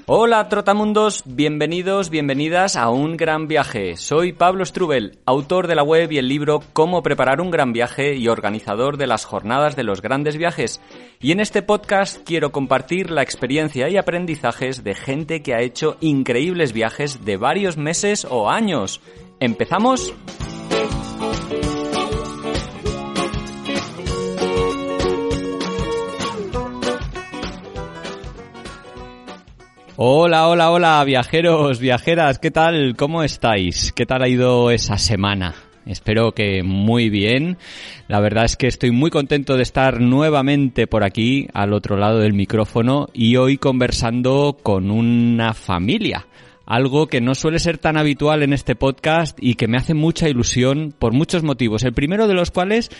Hola trotamundos, bienvenidos, bienvenidas a Un Gran Viaje. Soy Pablo Strubel, autor de la web y el libro Cómo preparar un gran viaje y organizador de las jornadas de los grandes viajes. Y en este podcast quiero compartir la experiencia y aprendizajes de gente que ha hecho increíbles viajes de varios meses o años. ¿Empezamos? Hola, viajeros, viajeras, ¿qué tal? ¿Cómo estáis? ¿Qué tal ha ido esa semana? Espero que muy bien. La verdad es que estoy muy contento de estar nuevamente por aquí, al otro lado del micrófono, y hoy conversando con una familia. Algo que no suele ser tan habitual en este podcast y que me hace mucha ilusión por muchos motivos. El primero de los cuales,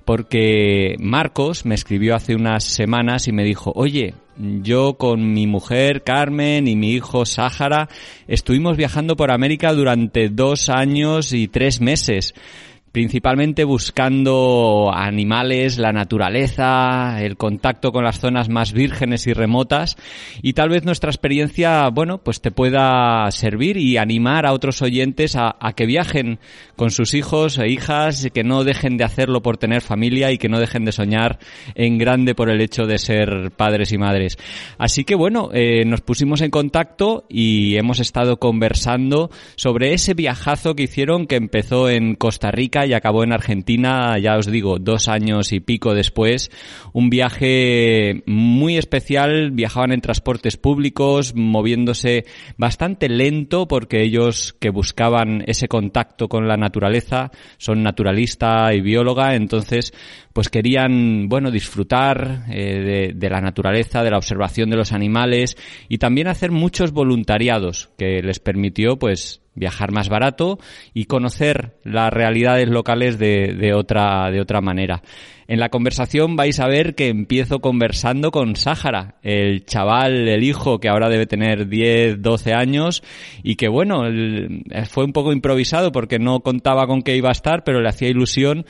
porque Marcos me escribió hace unas semanas y me dijo: oye, yo con mi mujer Carmen y mi hijo Sáhara estuvimos viajando por América durante 2 años y 3 meses. Principalmente buscando animales, la naturaleza, el contacto con las zonas más vírgenes y remotas, y tal vez nuestra experiencia, pues te pueda servir y animar a otros oyentes a que viajen con sus hijos e hijas, que no dejen de hacerlo por tener familia y que no dejen de soñar en grande por el hecho de ser padres y madres. Así que nos pusimos en contacto y hemos estado conversando sobre ese viajazo que hicieron, que empezó en Costa Rica y acabó en Argentina, ya os digo, 2 años y pico después. Un viaje muy especial, viajaban en transportes públicos, moviéndose bastante lento, porque ellos, que buscaban ese contacto con la naturaleza, son naturalista y bióloga, entonces pues querían, disfrutar de la naturaleza, de la observación de los animales, y también hacer muchos voluntariados, que les permitió viajar más barato y conocer las realidades locales de otra manera. En la conversación vais a ver que empiezo conversando con Sáhara, el chaval, el hijo, que ahora debe tener 10, 12 años, y que fue un poco improvisado porque no contaba con que iba a estar, pero le hacía ilusión,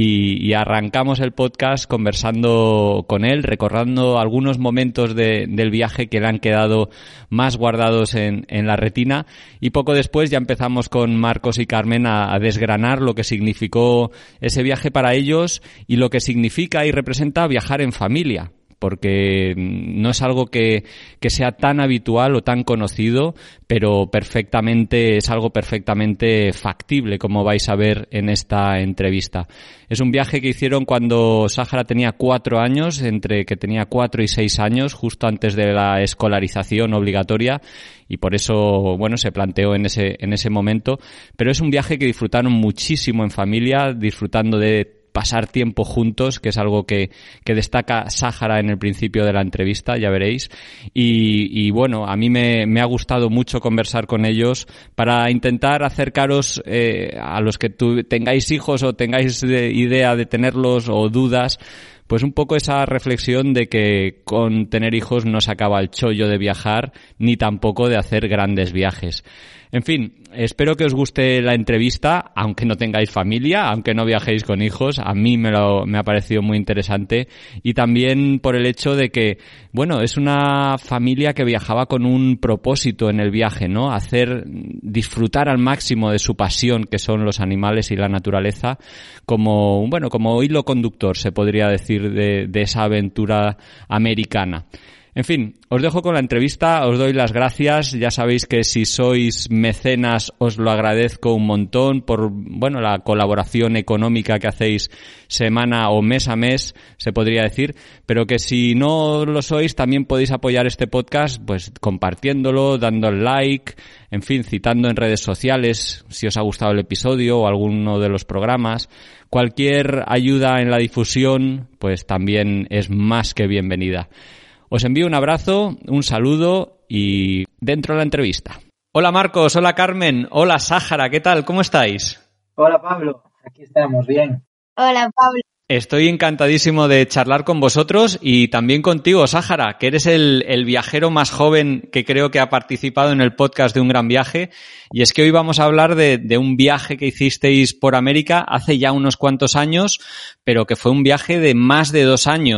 y arrancamos el podcast conversando con él, recordando algunos momentos del viaje que le han quedado más guardados en la retina, y poco después ya empezamos con Marcos y Carmen a desgranar lo que significó ese viaje para ellos y lo que significa y representa viajar en familia, porque no es algo que sea tan habitual o tan conocido, pero es algo perfectamente factible, como vais a ver en esta entrevista. Es un viaje que hicieron cuando Sáhara tenía 4 años, entre que tenía 4 y 6 años, justo antes de la escolarización obligatoria, y por eso, se planteó en ese momento. Pero es un viaje que disfrutaron muchísimo en familia, disfrutando de pasar tiempo juntos, que es algo que destaca Sáhara en el principio de la entrevista, ya veréis. Y a mí me ha gustado mucho conversar con ellos para intentar acercaros a los que tengáis hijos o tengáis idea de tenerlos o dudas, pues un poco esa reflexión de que con tener hijos no se acaba el chollo de viajar, ni tampoco de hacer grandes viajes. En fin, espero que os guste la entrevista, aunque no tengáis familia, aunque no viajéis con hijos. A mí me ha parecido muy interesante, y también por el hecho de que, es una familia que viajaba con un propósito en el viaje, ¿no? Disfrutar al máximo de su pasión, que son los animales y la naturaleza, como hilo conductor, se podría decir, de esa aventura americana. En fin, os dejo con la entrevista, os doy las gracias. Ya sabéis que si sois mecenas os lo agradezco un montón por, la colaboración económica que hacéis semana o mes a mes, se podría decir, pero que si no lo sois también podéis apoyar este podcast, compartiéndolo, dando el like, en fin, citando en redes sociales si os ha gustado el episodio o alguno de los programas. Cualquier ayuda en la difusión, también es más que bienvenida. Os envío un abrazo, un saludo y dentro de la entrevista. Hola Marcos, hola Carmen, hola Sáhara, ¿qué tal? ¿Cómo estáis? Hola Pablo, aquí estamos, bien. Hola Pablo. Estoy encantadísimo de charlar con vosotros y también contigo, Sáhara, que eres el viajero más joven que creo que ha participado en el podcast de Un Gran Viaje. Y es que hoy vamos a hablar de un viaje que hicisteis por América hace ya unos cuantos años, pero que fue un viaje de más de 2 años,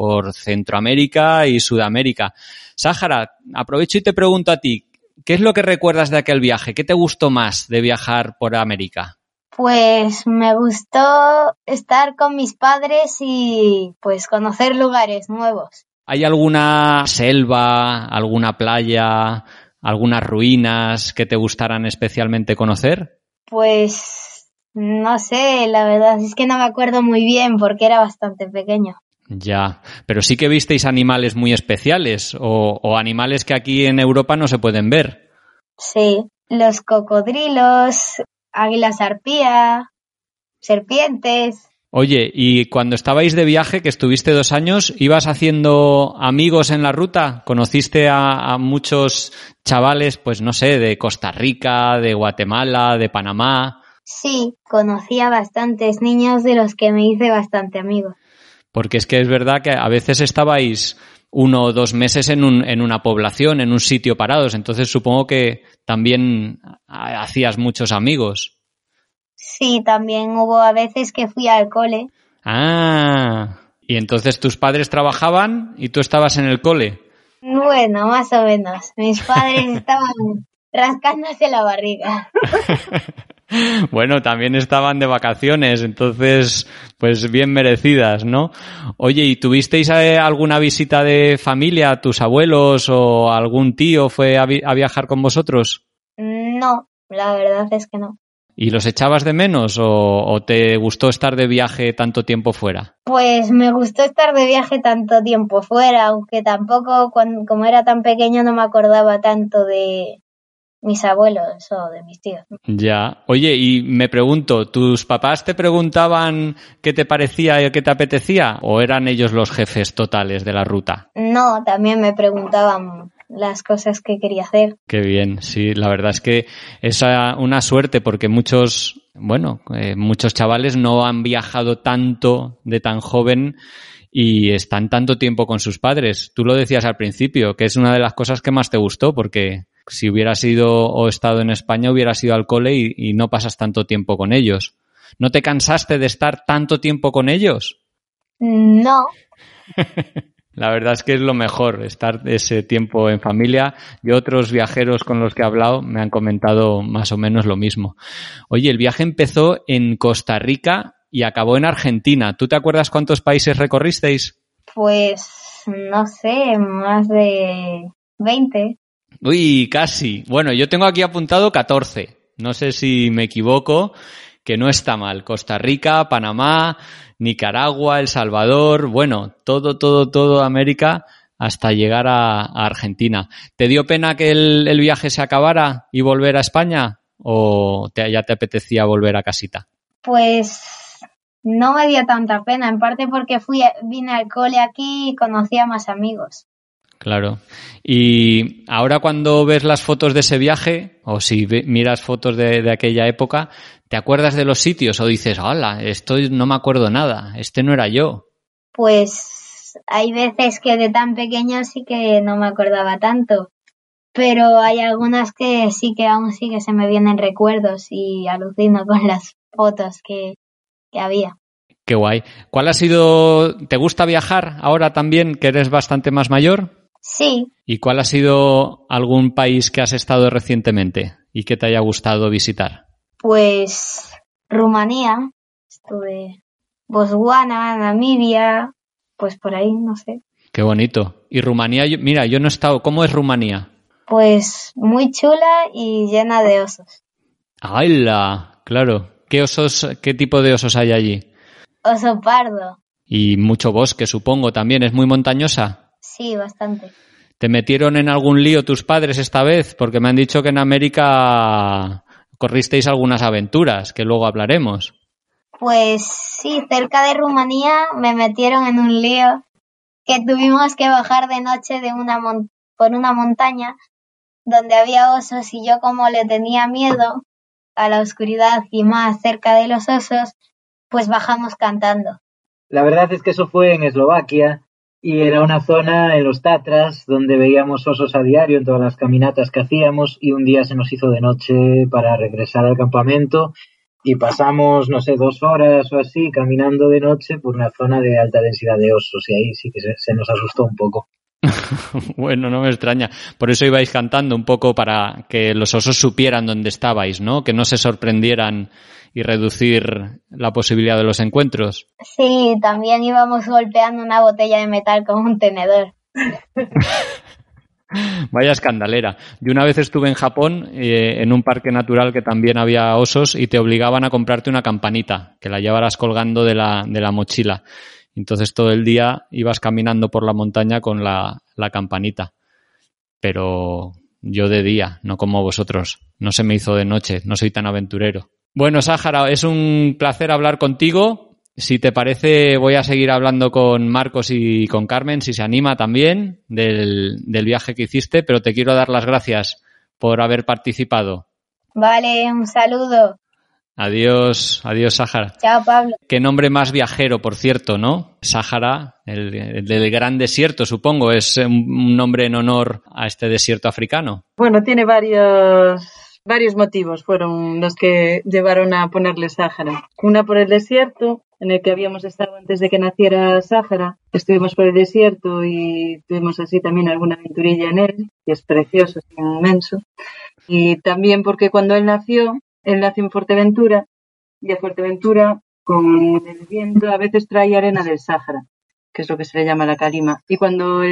por Centroamérica y Sudamérica. Sáhara, aprovecho y te pregunto a ti, ¿qué es lo que recuerdas de aquel viaje? ¿Qué te gustó más de viajar por América? Pues me gustó estar con mis padres y pues conocer lugares nuevos. ¿Hay alguna selva, alguna playa, algunas ruinas que te gustaran especialmente conocer? Pues no sé, la verdad es que no me acuerdo muy bien porque era bastante pequeño. Ya, pero sí que visteis animales muy especiales o animales que aquí en Europa no se pueden ver. Sí, los cocodrilos, águilas arpía, serpientes. Oye, y cuando estabais de viaje, que estuviste 2 años, ¿ibas haciendo amigos en la ruta? ¿Conociste a muchos chavales, pues no sé, de Costa Rica, de Guatemala, de Panamá? Sí, conocí a bastantes niños de los que me hice bastante amigo. Porque es que es verdad que a veces estabais 1 o 2 meses en una población, en un sitio parados, entonces supongo que también hacías muchos amigos. Sí, también hubo a veces que fui al cole. Ah, y entonces tus padres trabajaban y tú estabas en el cole. Bueno, más o menos. Mis padres estaban rascándose la barriga. Bueno, también estaban de vacaciones, entonces, pues bien merecidas, ¿no? Oye, ¿y tuvisteis alguna visita de familia, tus abuelos o algún tío fue a viajar con vosotros? No, la verdad es que no. ¿Y los echabas de menos o te gustó estar de viaje tanto tiempo fuera? Pues me gustó estar de viaje tanto tiempo fuera, aunque tampoco, como era tan pequeño, no me acordaba tanto de mis abuelos o de mis tíos. Ya. Oye, y me pregunto, ¿tus papás te preguntaban qué te parecía y qué te apetecía? ¿O eran ellos los jefes totales de la ruta? No, también me preguntaban las cosas que quería hacer. Qué bien, sí, la verdad es que es una suerte porque muchos chavales no han viajado tanto de tan joven y están tanto tiempo con sus padres. Tú lo decías al principio, que es una de las cosas que más te gustó porque si hubieras ido o estado en España hubieras ido al cole y no pasas tanto tiempo con ellos. ¿No te cansaste de estar tanto tiempo con ellos? No. La verdad es que es lo mejor, estar ese tiempo en familia. Y otros viajeros con los que he hablado me han comentado más o menos lo mismo. Oye, el viaje empezó en Costa Rica y acabó en Argentina. ¿Tú te acuerdas cuántos países recorristeis? Pues, no sé, más de 20. Uy, casi. Bueno, yo tengo aquí apuntado 14. No sé si me equivoco, que no está mal. Costa Rica, Panamá, Nicaragua, El Salvador, bueno, todo América hasta llegar a Argentina. ¿Te dio pena que el viaje se acabara y volver a España o ya te apetecía volver a casita? Pues no me dio tanta pena, en parte porque vine al cole aquí y conocí a más amigos. Claro. Y ahora cuando ves las fotos de ese viaje, o si miras fotos de aquella época, ¿te acuerdas de los sitios o dices, hola, esto no me acuerdo nada, este no era yo? Pues hay veces que de tan pequeño sí que no me acordaba tanto, pero hay algunas que sí que aún sí que se me vienen recuerdos y alucino con las fotos que había. Qué guay. ¿Cuál ha sido... ¿Te gusta viajar ahora también, que eres bastante más mayor? Sí. ¿Y cuál ha sido algún país que has estado recientemente y que te haya gustado visitar? Pues Rumanía, estuve Botswana, Namibia, pues por ahí, no sé. Qué bonito. Y Rumanía, mira, yo no he estado. ¿Cómo es Rumanía? Pues muy chula y llena de osos. ¡Hala! Claro. ¿Qué tipo de osos hay allí? Oso pardo. Y mucho bosque, supongo, también. ¿Es muy montañosa? Sí, bastante. ¿Te metieron en algún lío tus padres esta vez? Porque me han dicho que en América corristeis algunas aventuras, que luego hablaremos. Pues sí, cerca de Rumanía me metieron en un lío que tuvimos que bajar de noche por una montaña donde había osos y yo como le tenía miedo a la oscuridad y más cerca de los osos, pues bajamos cantando. La verdad es que eso fue en Eslovaquia y era una zona en los Tatras donde veíamos osos a diario en todas las caminatas que hacíamos y un día se nos hizo de noche para regresar al campamento y pasamos, no sé, 2 horas o así caminando de noche por una zona de alta densidad de osos y ahí sí que se nos asustó un poco. Bueno, no me extraña. Por eso ibais cantando un poco para que los osos supieran dónde estabais, ¿no? Que no se sorprendieran y reducir la posibilidad de los encuentros. Sí, también íbamos golpeando una botella de metal con un tenedor. Vaya escandalera. Yo una vez estuve en Japón, en un parque natural que también había osos y te obligaban a comprarte una campanita, que la llevaras colgando de la mochila. Entonces todo el día ibas caminando por la montaña con la campanita. Pero yo de día, no como vosotros. No se me hizo de noche, no soy tan aventurero. Bueno, Sáhara, es un placer hablar contigo. Si te parece, voy a seguir hablando con Marcos y con Carmen, si se anima también, del viaje que hiciste, pero te quiero dar las gracias por haber participado. Vale, un saludo. Adiós, adiós, Sáhara. Chao, Pablo. Qué nombre más viajero, por cierto, ¿no? Sáhara, el del gran desierto, supongo, es un nombre en honor a este desierto africano. Bueno, tiene varios motivos fueron los que llevaron a ponerle Sáhara. Una por el desierto, en el que habíamos estado antes de que naciera Sáhara. Estuvimos por el desierto y tuvimos así también alguna aventurilla en él, que es precioso, es inmenso. Y también porque cuando él nació en Fuerteventura, y a Fuerteventura, con el viento, a veces trae arena del Sáhara, que es lo que se le llama la calima. Y cuando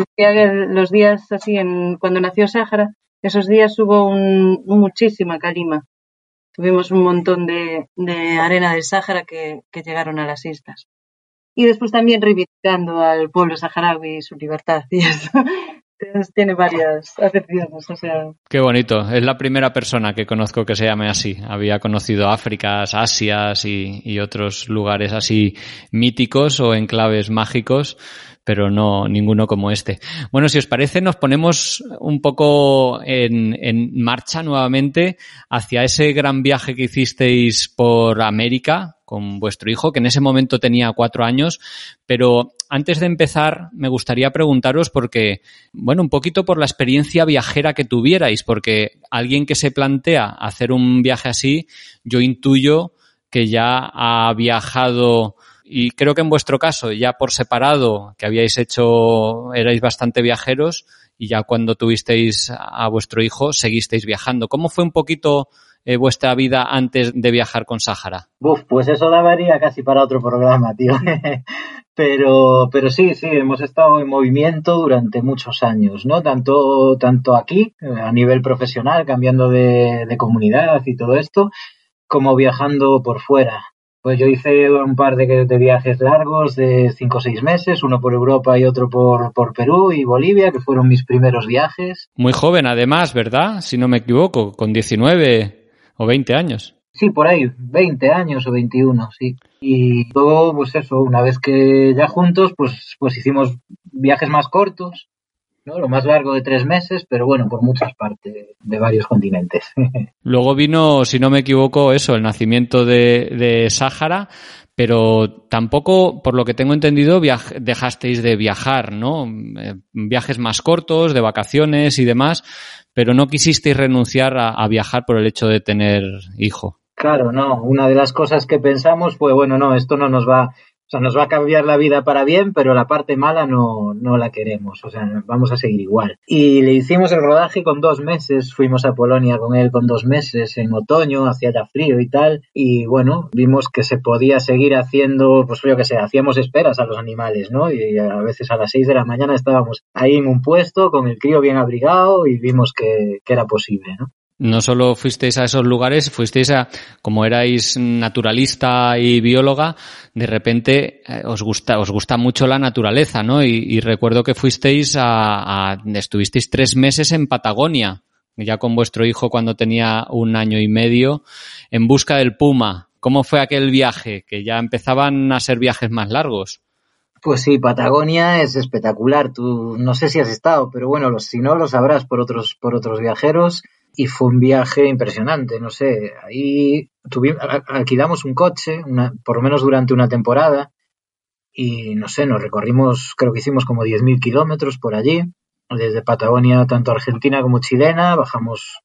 los días así, cuando nació Sáhara, esos días hubo muchísima calima. Tuvimos un montón de arena del Sáhara que llegaron a las islas. Y después también reivindicando al pueblo saharaui y su libertad y eso. Entonces tiene varias acepciones, o sea. Qué bonito. Es la primera persona que conozco que se llame así. Había conocido Áfricas, Asias y otros lugares así míticos o enclaves mágicos, pero no ninguno como este. Bueno, si os parece, nos ponemos un poco en marcha nuevamente hacia ese gran viaje que hicisteis por América con vuestro hijo, que en ese momento tenía 4 años, pero antes de empezar me gustaría preguntaros porque, bueno, un poquito por la experiencia viajera que tuvierais, porque alguien que se plantea hacer un viaje así, yo intuyo que ya ha viajado. Y creo que en vuestro caso, ya por separado, que erais bastante viajeros y ya cuando tuvisteis a vuestro hijo, seguisteis viajando. ¿Cómo fue un poquito vuestra vida antes de viajar con Sáhara? Pues eso daría casi para otro programa, tío. Pero sí, hemos estado en movimiento durante muchos años, ¿no? Tanto aquí, a nivel profesional, cambiando de comunidad y todo esto, como viajando por fuera. Pues yo hice un par de viajes largos de 5 o 6 meses, uno por Europa y otro por Perú y Bolivia, que fueron mis primeros viajes. Muy joven además, ¿verdad? Si no me equivoco, con 19 o 20 años. Sí, por ahí, 20 años o 21, sí. Y luego, pues eso, una vez que ya juntos, pues hicimos viajes más cortos, ¿no? Lo más largo de 3 meses, pero bueno, por muchas partes de varios continentes. Luego vino, si no me equivoco, el nacimiento de Sáhara, pero tampoco, por lo que tengo entendido, dejasteis de viajar, ¿no? Viajes más cortos, de vacaciones y demás, pero no quisisteis renunciar a viajar por el hecho de tener hijo. Claro, no. Una de las cosas que pensamos fue, bueno, no, esto no nos va... O sea, nos va a cambiar la vida para bien, pero la parte mala no la queremos. O sea, vamos a seguir igual. Y le hicimos el rodaje con 2 meses. Fuimos a Polonia con él con 2 meses en otoño, hacía ya frío y tal. Y bueno, vimos que se podía seguir haciendo, pues yo que sé, hacíamos esperas a los animales, ¿no? Y a veces a las 6 de la mañana estábamos ahí en un puesto con el crío bien abrigado y vimos que era posible, ¿no? No solo fuisteis a esos lugares, fuisteis como erais naturalista y bióloga, de repente os gusta mucho la naturaleza, ¿no? Y recuerdo que estuvisteis 3 meses en Patagonia, ya con vuestro hijo cuando tenía 1 año y medio, en busca del puma. ¿Cómo fue aquel viaje? Que ya empezaban a ser viajes más largos. Pues sí, Patagonia es espectacular. Tú no sé si has estado, pero bueno, si no lo sabrás por otros viajeros. Y fue un viaje impresionante, no sé, ahí alquilamos un coche, por lo menos durante una temporada, y no sé, nos recorrimos, creo que hicimos como 10.000 kilómetros por allí, desde Patagonia, tanto argentina como chilena, bajamos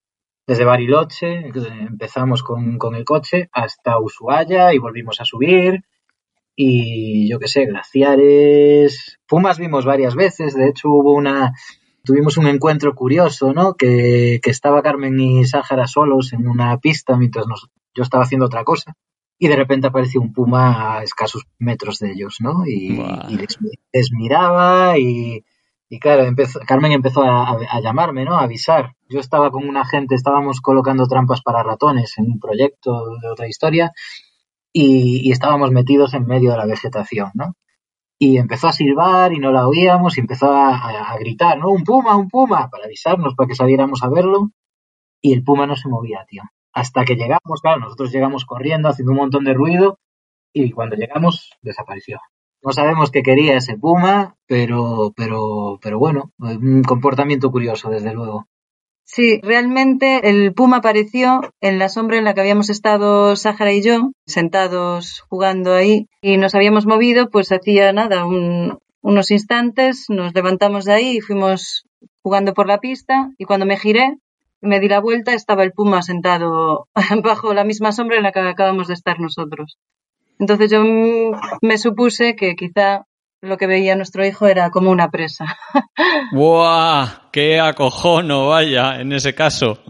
desde Bariloche, empezamos con el coche hasta Ushuaia y volvimos a subir. Y yo qué sé, glaciares. Pumas vimos varias veces. De hecho, tuvimos un encuentro curioso, ¿no? Que estaba Carmen y Sáhara solos en una pista mientras yo estaba haciendo otra cosa. Y de repente apareció un puma a escasos metros de ellos, ¿no? Y les miraba y claro, Carmen empezó a llamarme, ¿no? A avisar. Yo estaba con una gente, estábamos colocando trampas para ratones en un proyecto de otra historia y estábamos metidos en medio de la vegetación, ¿no? Y empezó a silbar y no la oíamos y empezó a gritar, ¿no? Un puma, para avisarnos, para que saliéramos a verlo. Y el puma no se movía, tío. Hasta que llegamos, claro, nosotros llegamos corriendo, haciendo un montón de ruido, y cuando llegamos, desapareció. No sabemos qué quería ese puma, pero bueno, un comportamiento curioso, desde luego. Sí, realmente el puma apareció en la sombra en la que habíamos estado Sáhara y yo, sentados jugando ahí, y nos habíamos movido, pues hacía nada, unos instantes, nos levantamos de ahí y fuimos jugando por la pista, y cuando me giré, me di la vuelta, estaba el puma sentado bajo la misma sombra en la que acabamos de estar nosotros. Entonces yo me supuse que quizá lo que veía nuestro hijo era como una presa. ¡Buah! ¡Qué acojono, vaya, en ese caso!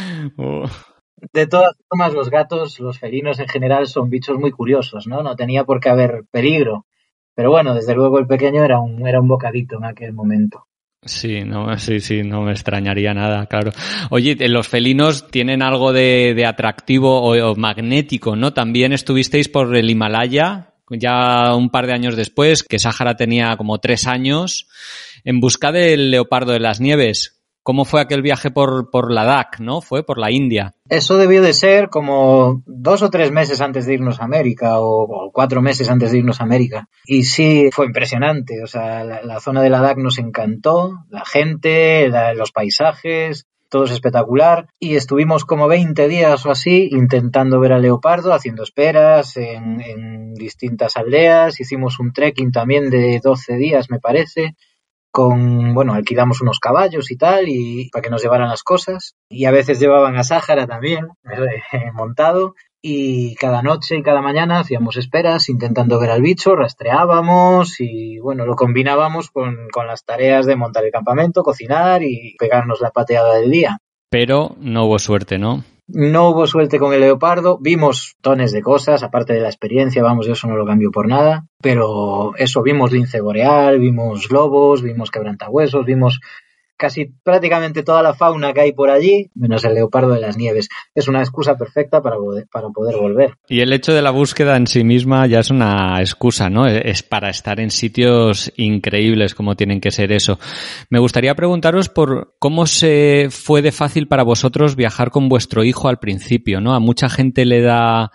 De todas formas, los gatos, los felinos en general, son bichos muy curiosos, ¿no? No tenía por qué haber peligro. Pero bueno, desde luego el pequeño era un bocadito en aquel momento. Sí, no me extrañaría nada, claro. Oye, los felinos tienen algo de atractivo o magnético, ¿no? También estuvisteis por el Himalaya, ya un par de años después, que Sáhara tenía como 3 años, en busca del leopardo de las nieves. ¿Cómo fue aquel viaje por Ladakh, no? Fue por la India. Eso debió de ser como 2 o 3 meses antes de irnos a América o 4 meses antes de irnos a América. Y sí, fue impresionante. O sea, la zona de Ladakh nos encantó, la gente, los paisajes, todo es espectacular. Y estuvimos como 20 días o así intentando ver al leopardo, haciendo esperas en distintas aldeas. Hicimos un trekking también de 12 días, me parece. Alquilamos unos caballos y tal, y para que nos llevaran las cosas. Y a veces llevaban a Sáhara también, montado. Y cada noche y cada mañana hacíamos esperas intentando ver al bicho, rastreábamos y bueno, lo combinábamos con las tareas de montar el campamento, cocinar y pegarnos la pateada del día. Pero no hubo suerte, ¿no? No hubo suerte con el leopardo, vimos tones de cosas, aparte de la experiencia, vamos, eso no lo cambio por nada, pero eso, vimos lince boreal, vimos lobos, vimos quebrantahuesos, vimos casi prácticamente toda la fauna que hay por allí, menos el leopardo de las nieves. Es una excusa perfecta para poder volver. Y el hecho de la búsqueda en sí misma ya es una excusa, ¿no? Es para estar en sitios increíbles como tienen que ser eso. Me gustaría preguntaros por cómo se fue de fácil para vosotros viajar con vuestro hijo al principio, ¿no? A mucha gente le da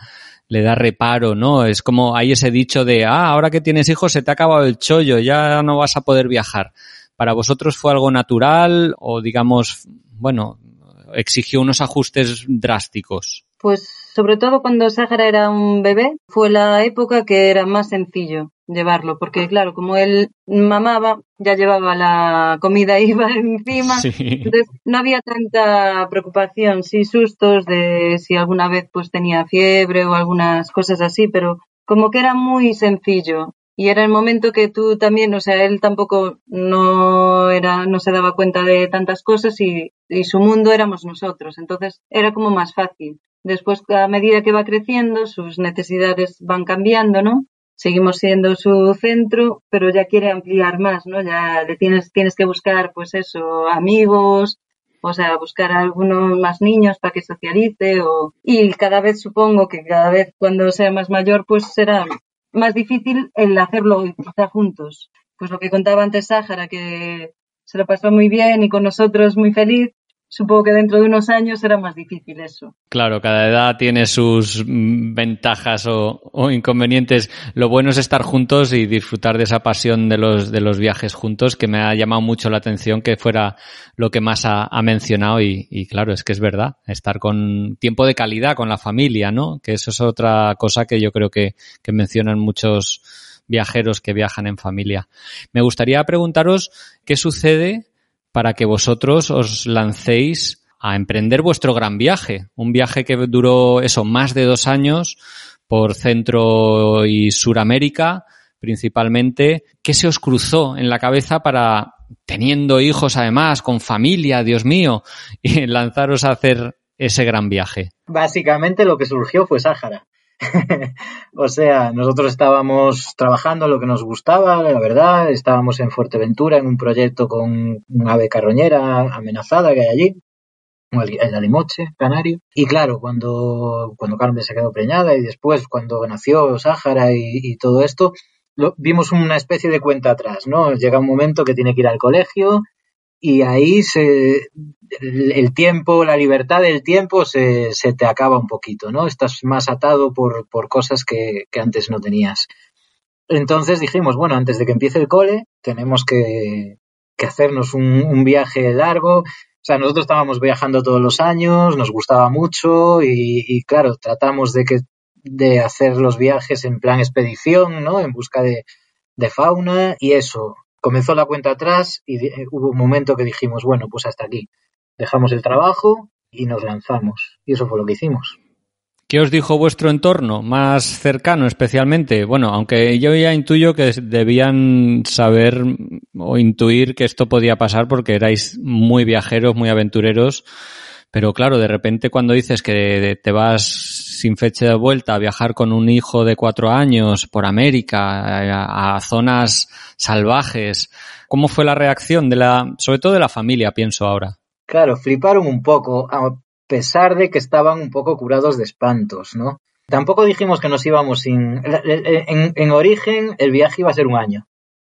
reparo, ¿no? Es como hay ese dicho de, ahora que tienes hijos se te ha acabado el chollo, ya no vas a poder viajar. ¿Para vosotros fue algo natural o, digamos, bueno, exigió unos ajustes drásticos? Pues sobre todo cuando Sáhara era un bebé, fue la época que era más sencillo llevarlo, porque claro, como él mamaba, ya llevaba la comida, iba encima, sí. Entonces no había tanta preocupación, sí sustos de si alguna vez pues tenía fiebre o algunas cosas así, pero como que era muy sencillo. Y era el momento que tú también, o sea, él tampoco no se daba cuenta de tantas cosas y su mundo éramos nosotros. Entonces era como más fácil. Después, a medida que va creciendo, sus necesidades van cambiando, ¿no? Seguimos siendo su centro, pero ya quiere ampliar más, ¿no? Ya le tienes que buscar, pues eso, amigos, o sea, buscar a algunos más niños para que socialice y cada vez supongo que cuando sea más mayor, pues será más difícil el hacerlo quizá juntos. Pues lo que contaba antes Sáhara, que se lo pasó muy bien y con nosotros muy feliz, supongo que dentro de unos años será más difícil eso. Claro, cada edad tiene sus ventajas o inconvenientes. Lo bueno es estar juntos y disfrutar de esa pasión de los viajes juntos, que me ha llamado mucho la atención que fuera lo que más ha mencionado y claro, es que es verdad, estar con tiempo de calidad con la familia, ¿no? Que eso es otra cosa que yo creo que mencionan muchos viajeros que viajan en familia. Me gustaría preguntaros qué sucede para que vosotros os lancéis a emprender vuestro gran viaje. Un viaje que duró más de 2 años por Centro y Suramérica principalmente. ¿Qué se os cruzó en la cabeza para, teniendo hijos además, con familia, Dios mío, y lanzaros a hacer ese gran viaje? Básicamente lo que surgió fue Sáhara. O sea, nosotros estábamos trabajando lo que nos gustaba, la verdad. Estábamos en Fuerteventura en un proyecto con una ave carroñera amenazada que hay allí, el alimoche canario. Y claro, cuando Carmen se quedó preñada y después cuando nació Sáhara y todo esto, vimos una especie de cuenta atrás, ¿no? Llega un momento que tiene que ir al colegio y ahí el tiempo, la libertad del tiempo se te acaba un poquito, ¿no? Estás más atado por cosas que antes no tenías. Entonces dijimos, bueno, antes de que empiece el cole, tenemos que hacernos un viaje largo. O sea, nosotros estábamos viajando todos los años, nos gustaba mucho y claro, tratamos de hacer los viajes en plan expedición, ¿no? En busca de fauna y eso. Comenzó la cuenta atrás y hubo un momento que dijimos, bueno, pues hasta aquí. Dejamos el trabajo y nos lanzamos. Y eso fue lo que hicimos. ¿Qué os dijo vuestro entorno más cercano especialmente? Bueno, aunque yo ya intuyo que debían saber o intuir que esto podía pasar porque erais muy viajeros, muy aventureros, pero claro, de repente cuando dices que te vas sin fecha de vuelta a viajar con un hijo de 4 años por América, a zonas salvajes, ¿cómo fue la reacción sobre todo de la familia, pienso ahora? Claro, fliparon un poco, a pesar de que estaban un poco curados de espantos, ¿no? Tampoco dijimos que nos íbamos en origen, el viaje iba a ser 1 año.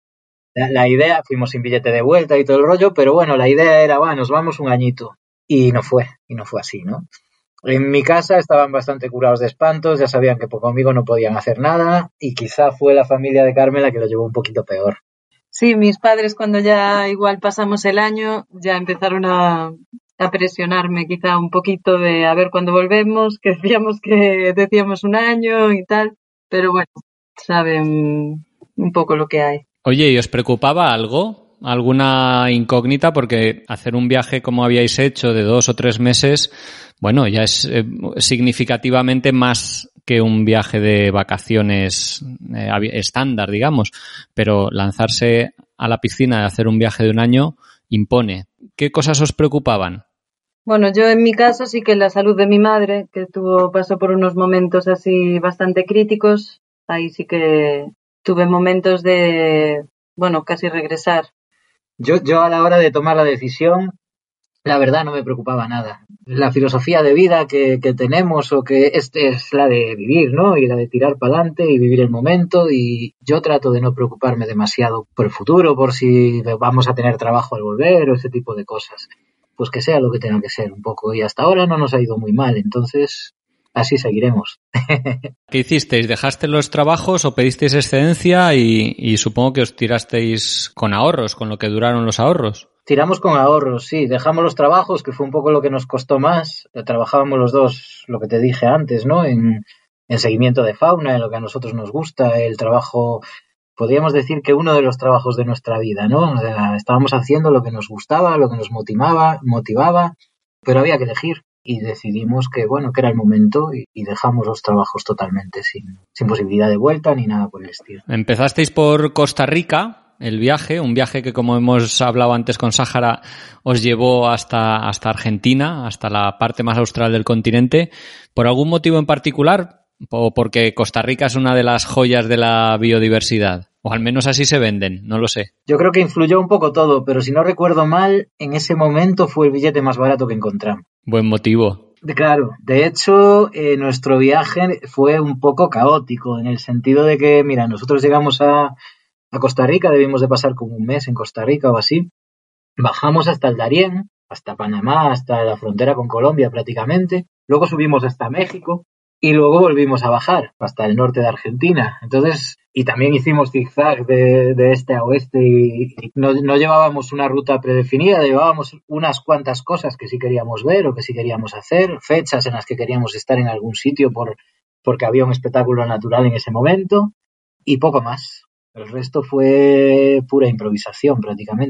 La idea, fuimos sin billete de vuelta y todo el rollo, pero bueno, la idea era, nos vamos 1 añito. Y no fue así, ¿no? En mi casa estaban bastante curados de espantos, ya sabían que conmigo no podían hacer nada y quizá fue la familia de Carmen la que lo llevó un poquito peor. Sí, mis padres cuando ya igual pasamos el año ya empezaron a presionarme quizá un poquito de a ver cuándo volvemos, que decíamos 1 año y tal, pero bueno, saben un poco lo que hay. Oye, ¿y os preocupaba algo? ¿Alguna incógnita? Porque hacer un viaje como habíais hecho de 2 o 3 meses, bueno, ya es significativamente más que un viaje de vacaciones estándar, digamos, pero lanzarse a la piscina y hacer un viaje de 1 año impone. ¿Qué cosas os preocupaban? Bueno, yo en mi caso sí que la salud de mi madre, que pasó por unos momentos así bastante críticos, ahí sí que tuve momentos de, casi regresar. Yo a la hora de tomar la decisión, la verdad no me preocupaba nada. La filosofía de vida que tenemos o que es la de vivir, ¿no? Y la de tirar para adelante y vivir el momento, y yo trato de no preocuparme demasiado por el futuro, por si vamos a tener trabajo al volver o ese tipo de cosas. Pues que sea lo que tenga que ser un poco, y hasta ahora no nos ha ido muy mal, entonces así seguiremos. ¿Qué hicisteis? ¿Dejaste los trabajos o pedisteis excedencia y supongo que os tirasteis con ahorros, con lo que duraron los ahorros? Tiramos con ahorros, sí. Dejamos los trabajos, que fue un poco lo que nos costó más. Trabajábamos los dos, lo que te dije antes, ¿no? En seguimiento de fauna, en lo que a nosotros nos gusta. El trabajo, podríamos decir que uno de los trabajos de nuestra vida, ¿no? O sea, estábamos haciendo lo que nos gustaba, lo que nos motivaba, pero había que elegir. Y decidimos que era el momento y dejamos los trabajos totalmente sin posibilidad de vuelta ni nada por el estilo. Empezasteis por Costa Rica, un viaje que, como hemos hablado antes con Sáhara, os llevó hasta Argentina, hasta la parte más austral del continente. ¿Por algún motivo en particular? ¿O porque Costa Rica es una de las joyas de la biodiversidad? O al menos así se venden, no lo sé. Yo creo que influyó un poco todo, pero si no recuerdo mal, en ese momento fue el billete más barato que encontramos. Buen motivo. Claro, de hecho, nuestro viaje fue un poco caótico, en el sentido de que, mira, nosotros llegamos a Costa Rica, debimos de pasar como 1 mes en Costa Rica o así. Bajamos hasta el Darién, hasta Panamá, hasta la frontera con Colombia prácticamente. Luego subimos hasta México y luego volvimos a bajar hasta el norte de Argentina. Entonces, y también hicimos zigzag de este a oeste y no llevábamos una ruta predefinida, llevábamos unas cuantas cosas que sí queríamos ver o que sí queríamos hacer, fechas en las que queríamos estar en algún sitio porque había un espectáculo natural en ese momento y poco más. El resto fue pura improvisación prácticamente.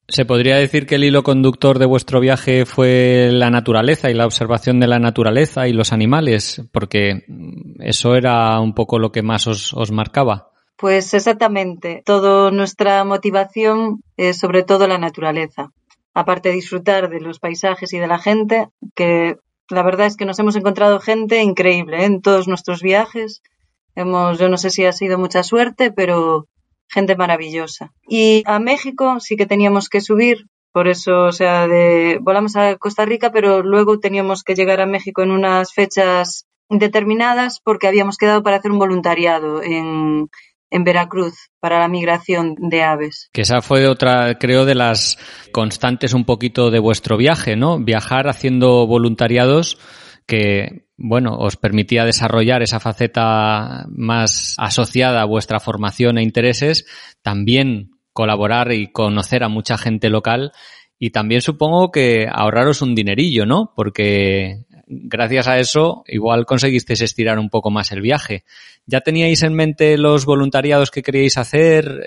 ¿Se podría decir que el hilo conductor de vuestro viaje fue la naturaleza y la observación de la naturaleza y los animales? Porque eso era un poco lo que más os marcaba. Pues exactamente. Toda nuestra motivación es sobre todo la naturaleza. Aparte de disfrutar de los paisajes y de la gente, que la verdad es que nos hemos encontrado gente increíble, ¿eh? En todos nuestros viajes. Yo no sé si ha sido mucha suerte, pero gente maravillosa. Y a México sí que teníamos que subir, por eso, o sea, volamos a Costa Rica, pero luego teníamos que llegar a México en unas fechas determinadas porque habíamos quedado para hacer un voluntariado en Veracruz para la migración de aves. Que esa fue otra, creo, de las constantes un poquito de vuestro viaje, ¿no? Viajar haciendo voluntariados que, bueno, os permitía desarrollar esa faceta más asociada a vuestra formación e intereses, también colaborar y conocer a mucha gente local y también supongo que ahorraros un dinerillo, ¿no? Porque gracias a eso igual conseguisteis estirar un poco más el viaje. ¿Ya teníais en mente los voluntariados que queríais hacer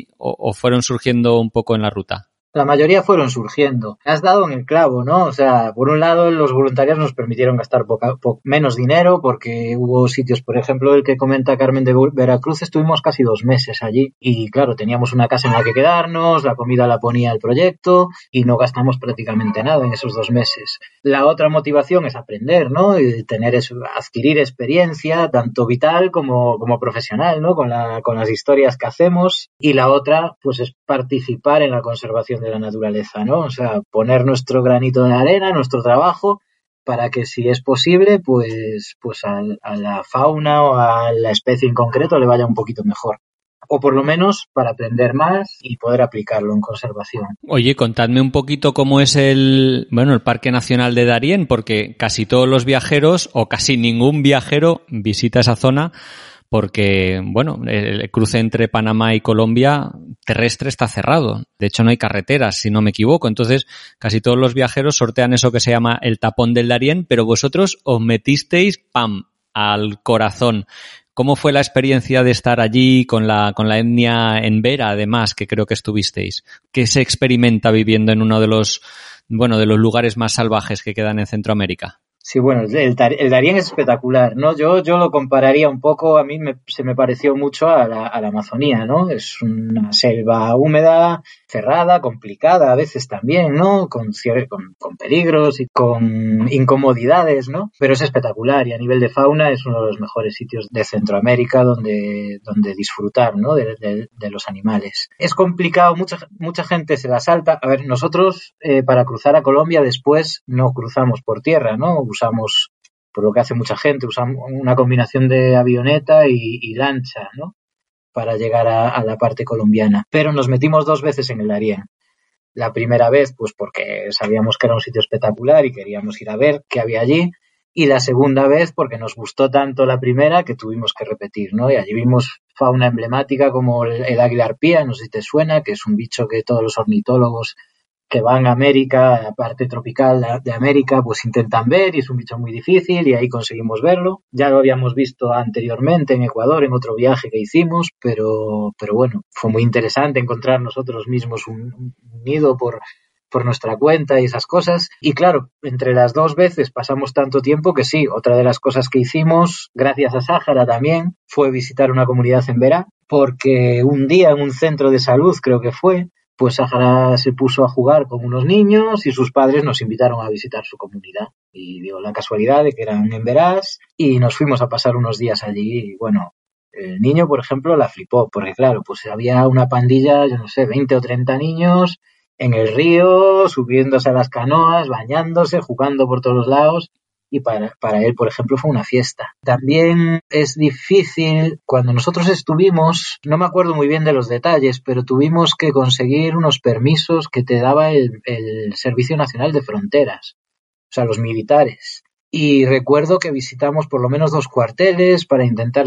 o fueron surgiendo un poco en la ruta? La mayoría fueron surgiendo. Has dado en el clavo, ¿no? O sea, por un lado, los voluntarios nos permitieron gastar menos dinero porque hubo sitios, por ejemplo, el que comenta Carmen de Veracruz, estuvimos casi 2 meses allí y, claro, teníamos una casa en la que quedarnos, la comida la ponía el proyecto y no gastamos prácticamente nada en esos 2 meses. La otra motivación es aprender, ¿no? Y adquirir experiencia, tanto vital como profesional, ¿no? Con las historias que hacemos. Y la otra, pues, es participar en la conservación de la naturaleza, ¿no? O sea, poner nuestro granito de arena, nuestro trabajo, para que si es posible, pues a la fauna o a la especie en concreto le vaya un poquito mejor. O por lo menos para aprender más y poder aplicarlo en conservación. Oye, contadme un poquito cómo es el Parque Nacional de Darién, porque casi todos los viajeros o casi ningún viajero visita esa zona porque, bueno, el cruce entre Panamá y Colombia terrestre está cerrado. De hecho, no hay carreteras, si no me equivoco. Entonces, casi todos los viajeros sortean eso que se llama el tapón del Darién, pero vosotros os metisteis, ¡pam!, al corazón. ¿Cómo fue la experiencia de estar allí con la etnia en Vera, además, que creo que estuvisteis? ¿Qué se experimenta viviendo en uno de los lugares más salvajes que quedan en Centroamérica? Sí, bueno, el Darién es espectacular, ¿no? Yo lo compararía un poco, a mí se me pareció mucho a la Amazonía, ¿no? Es una selva húmeda, cerrada, complicada a veces también, ¿no? Con peligros y con incomodidades, ¿no? Pero es espectacular y a nivel de fauna es uno de los mejores sitios de Centroamérica donde disfrutar, ¿no? De los animales. Es complicado, mucha gente se la salta. A ver, nosotros para cruzar a Colombia después no cruzamos por tierra, ¿no? Usamos, por lo que hace mucha gente, usamos una combinación de avioneta y lancha, ¿no? Para llegar a la parte colombiana. Pero nos metimos 2 veces en el Darién. La primera vez, pues porque sabíamos que era un sitio espectacular y queríamos ir a ver qué había allí. Y la segunda vez porque nos gustó tanto la primera que tuvimos que repetir, ¿no? Y allí vimos fauna emblemática como el águila arpía, no sé si te suena, que es un bicho que todos los ornitólogos que van a América, a la parte tropical de América, pues intentan ver y es un bicho muy difícil y ahí conseguimos verlo. Ya lo habíamos visto anteriormente en Ecuador, en otro viaje que hicimos, pero bueno, fue muy interesante encontrar nosotros mismos un nido por nuestra cuenta y esas cosas. Y claro, entre las 2 veces pasamos tanto tiempo que sí, otra de las cosas que hicimos, gracias a Sáhara también, fue visitar una comunidad en Vera, porque un día en un centro de salud, creo que fue, pues Sáhara se puso a jugar con unos niños y sus padres nos invitaron a visitar su comunidad. Y dio la casualidad de que eran en Verás y nos fuimos a pasar unos días allí y bueno, el niño, por ejemplo, la flipó, porque claro, pues había una pandilla, yo no sé, 20 o 30 niños en el río, subiéndose a las canoas, bañándose, jugando por todos lados. Y para él, por ejemplo, fue una fiesta. También es difícil, cuando nosotros estuvimos, no me acuerdo muy bien de los detalles, pero tuvimos que conseguir unos permisos que te daba el Servicio Nacional de Fronteras, o sea, los militares. Y recuerdo que visitamos por lo menos 2 cuarteles para intentar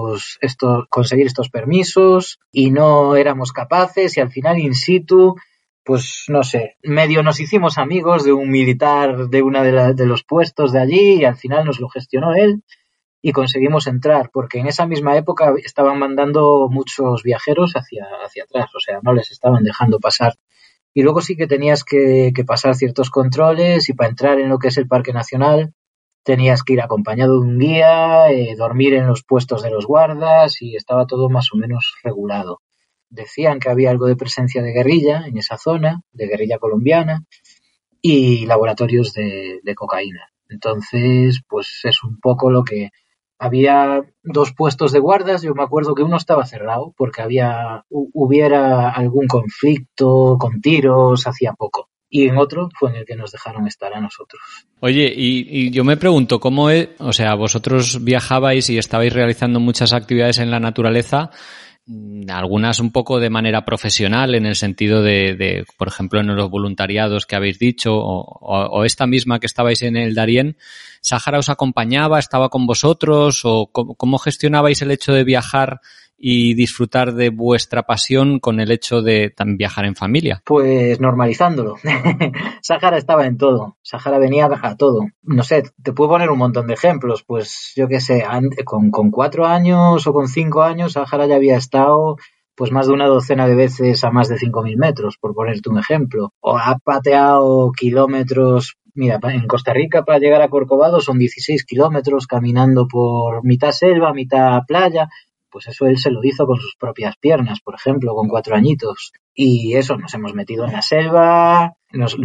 conseguir estos permisos y no éramos capaces y al final in situ, pues no sé, medio nos hicimos amigos de un militar de una de los puestos de allí y al final nos lo gestionó él y conseguimos entrar, porque en esa misma época estaban mandando muchos viajeros hacia atrás, o sea, no les estaban dejando pasar y luego sí que tenías que pasar ciertos controles y para entrar en lo que es el Parque Nacional tenías que ir acompañado de un guía, dormir en los puestos de los guardas y estaba todo más o menos regulado. Decían que había algo de presencia de guerrilla en esa zona, de guerrilla colombiana, y laboratorios de cocaína. Entonces, pues es un poco lo que... Había 2 puestos de guardas, yo me acuerdo que uno estaba cerrado porque hubiera algún conflicto con tiros hacía poco. Y en otro fue en el que nos dejaron estar a nosotros. Oye, y yo me pregunto, ¿cómo es? O sea, vosotros viajabais y estabais realizando muchas actividades en la naturaleza, algunas un poco de manera profesional, en el sentido de por ejemplo, en los voluntariados que habéis dicho, o esta misma que estabais en el Darién, ¿Sáhara os acompañaba, estaba con vosotros, o cómo gestionabais el hecho de viajar y disfrutar de vuestra pasión con el hecho de viajar en familia? Pues normalizándolo. Sáhara estaba en todo. Sáhara venía a todo. No sé, te puedo poner un montón de ejemplos. Pues yo qué sé, con 4 años o con 5 años, Sáhara ya había estado pues más de una docena de veces a más de 5.000 metros, por ponerte un ejemplo. O ha pateado kilómetros. Mira, en Costa Rica para llegar a Corcovado son 16 kilómetros caminando por mitad selva, mitad playa. Pues eso él se lo hizo con sus propias piernas, por ejemplo, con 4 añitos. Y eso, nos hemos metido en la selva, nos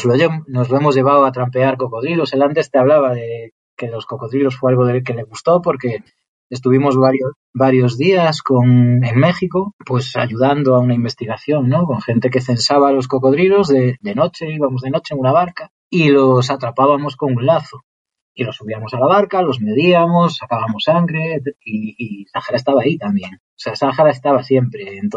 lo hemos llevado a trampear cocodrilos. Él antes te hablaba de que los cocodrilos fue algo que le gustó porque estuvimos varios días en México, pues ayudando a una investigación, ¿no? Con gente que censaba a los cocodrilos de noche, íbamos de noche en una barca y los atrapábamos con un lazo. Y los subíamos a la barca, los medíamos, sacábamos sangre y Sáhara estaba ahí también. O sea, Sáhara estaba siempre en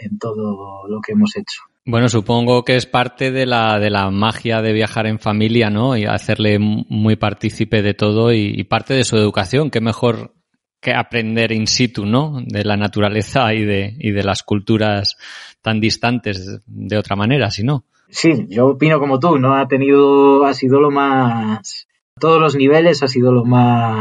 todo lo que hemos hecho. Bueno, supongo que es parte de la magia de viajar en familia, ¿no? Y hacerle muy partícipe de todo y parte de su educación. Qué mejor que aprender in situ, ¿no? De la naturaleza y de las culturas tan distantes de otra manera, si no. Sí, yo opino como tú, ¿no? Ha sido lo más... todos los niveles ha sido lo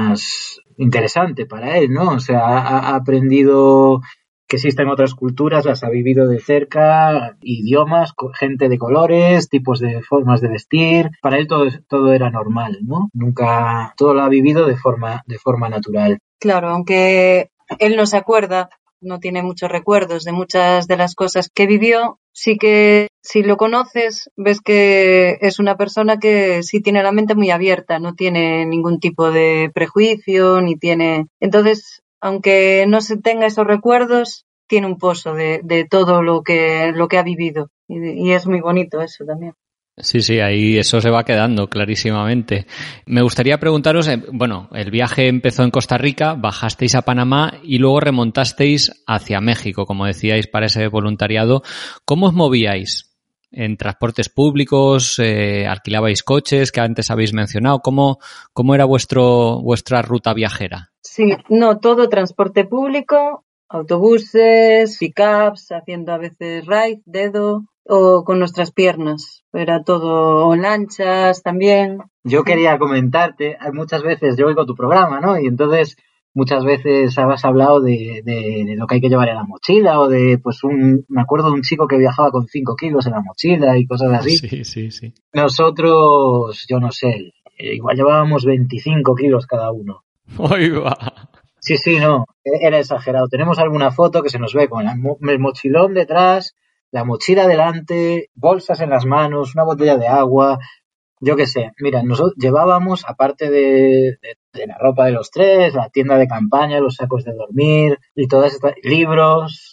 más interesante para él, ¿no? O sea, ha aprendido que existen otras culturas, las ha vivido de cerca, idiomas, gente de colores, tipos de formas de vestir. Para él todo era normal, ¿no? Nunca, todo lo ha vivido de forma natural. Claro, aunque él no se acuerda, no tiene muchos recuerdos de muchas de las cosas que vivió, sí que si lo conoces ves que es una persona que sí tiene la mente muy abierta, no tiene ningún tipo de prejuicio, ni tiene... Entonces, aunque no se tenga esos recuerdos, tiene un pozo de todo lo que ha vivido y es muy bonito eso también. Sí, ahí eso se va quedando clarísimamente. Me gustaría preguntaros, bueno, el viaje empezó en Costa Rica, bajasteis a Panamá y luego remontasteis hacia México, como decíais, para ese voluntariado. ¿Cómo os movíais? ¿En transportes públicos? ¿Alquilabais coches que antes habéis mencionado? ¿Cómo era vuestra ruta viajera? Sí, no, todo transporte público, autobuses, pickups, haciendo a veces ride, dedo, o con nuestras piernas. Era todo, o lanchas también. Yo quería comentarte, muchas veces yo oigo tu programa, ¿no? Y entonces muchas veces has hablado de lo que hay que llevar en la mochila o de, pues, me acuerdo de un chico que viajaba con 5 kilos en la mochila y cosas así. Sí. Nosotros, yo no sé, igual llevábamos 25 kilos cada uno. ¡Ay, va! Sí, no, era exagerado. Tenemos alguna foto que se nos ve con el mochilón detrás, la mochila delante, bolsas en las manos, una botella de agua, yo qué sé. Mira, nosotros llevábamos, aparte de la ropa de los 3, la tienda de campaña, los sacos de dormir y todas estas libros.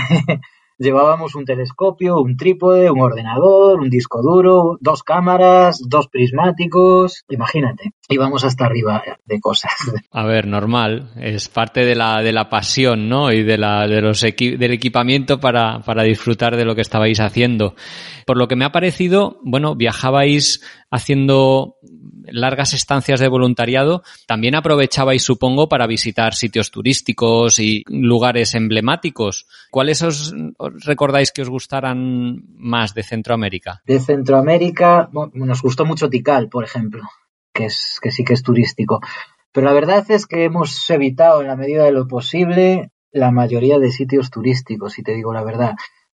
Llevábamos un telescopio, un trípode, un ordenador, un disco duro, 2 cámaras, 2 prismáticos. Imagínate, íbamos hasta arriba de cosas. A ver, normal. Es parte de la pasión, ¿no? Y del equipamiento para disfrutar de lo que estabais haciendo. Por lo que me ha parecido, bueno, viajabais haciendo largas estancias de voluntariado, también aprovechabais, supongo, para visitar sitios turísticos y lugares emblemáticos. ¿Cuáles os recordáis que os gustaran más de Centroamérica? De Centroamérica, nos gustó mucho Tikal, por ejemplo, que sí que es turístico. Pero la verdad es que hemos evitado, en la medida de lo posible, la mayoría de sitios turísticos, si te digo la verdad.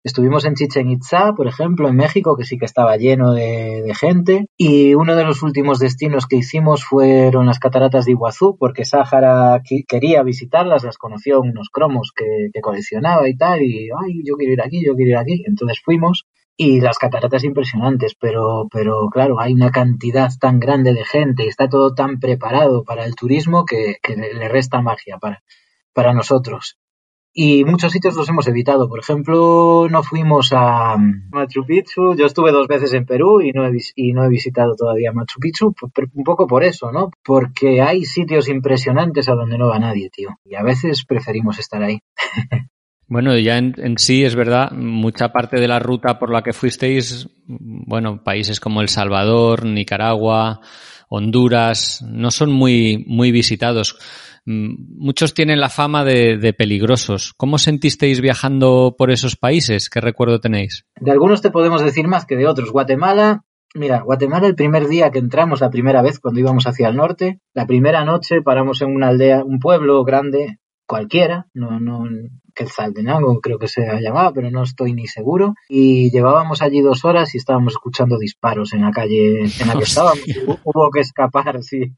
Estuvimos en Chichén Itzá, por ejemplo, en México, que sí que estaba lleno de gente. Y uno de los últimos destinos que hicimos fueron las cataratas de Iguazú, porque Sáhara quería visitarlas, las conoció en unos cromos que coleccionaba y tal, y ay, yo quiero ir aquí, yo quiero ir aquí. Entonces fuimos. Y las cataratas impresionantes, pero claro, hay una cantidad tan grande de gente y está todo tan preparado para el turismo que le resta magia para nosotros. Y muchos sitios los hemos evitado. Por ejemplo, no fuimos a Machu Picchu. Yo estuve 2 veces en Perú y no he visitado todavía Machu Picchu, un poco por eso, ¿no? Porque hay sitios impresionantes a donde no va nadie, tío. Y a veces preferimos estar ahí. Bueno, ya en sí es verdad, mucha parte de la ruta por la que fuisteis, bueno, países como El Salvador, Nicaragua, Honduras, no son muy visitados. Muchos tienen la fama de peligrosos. ¿Cómo sentisteis viajando por esos países? ¿Qué recuerdo tenéis? De algunos te podemos decir más que de otros. Guatemala, el primer día que entramos, la primera vez cuando íbamos hacia el norte, la primera noche paramos en una aldea, un pueblo grande, cualquiera, no Quetzaltenango creo que se llamaba, pero no estoy ni seguro, y llevábamos allí 2 horas y estábamos escuchando disparos en la calle en la que estábamos. Hubo que escapar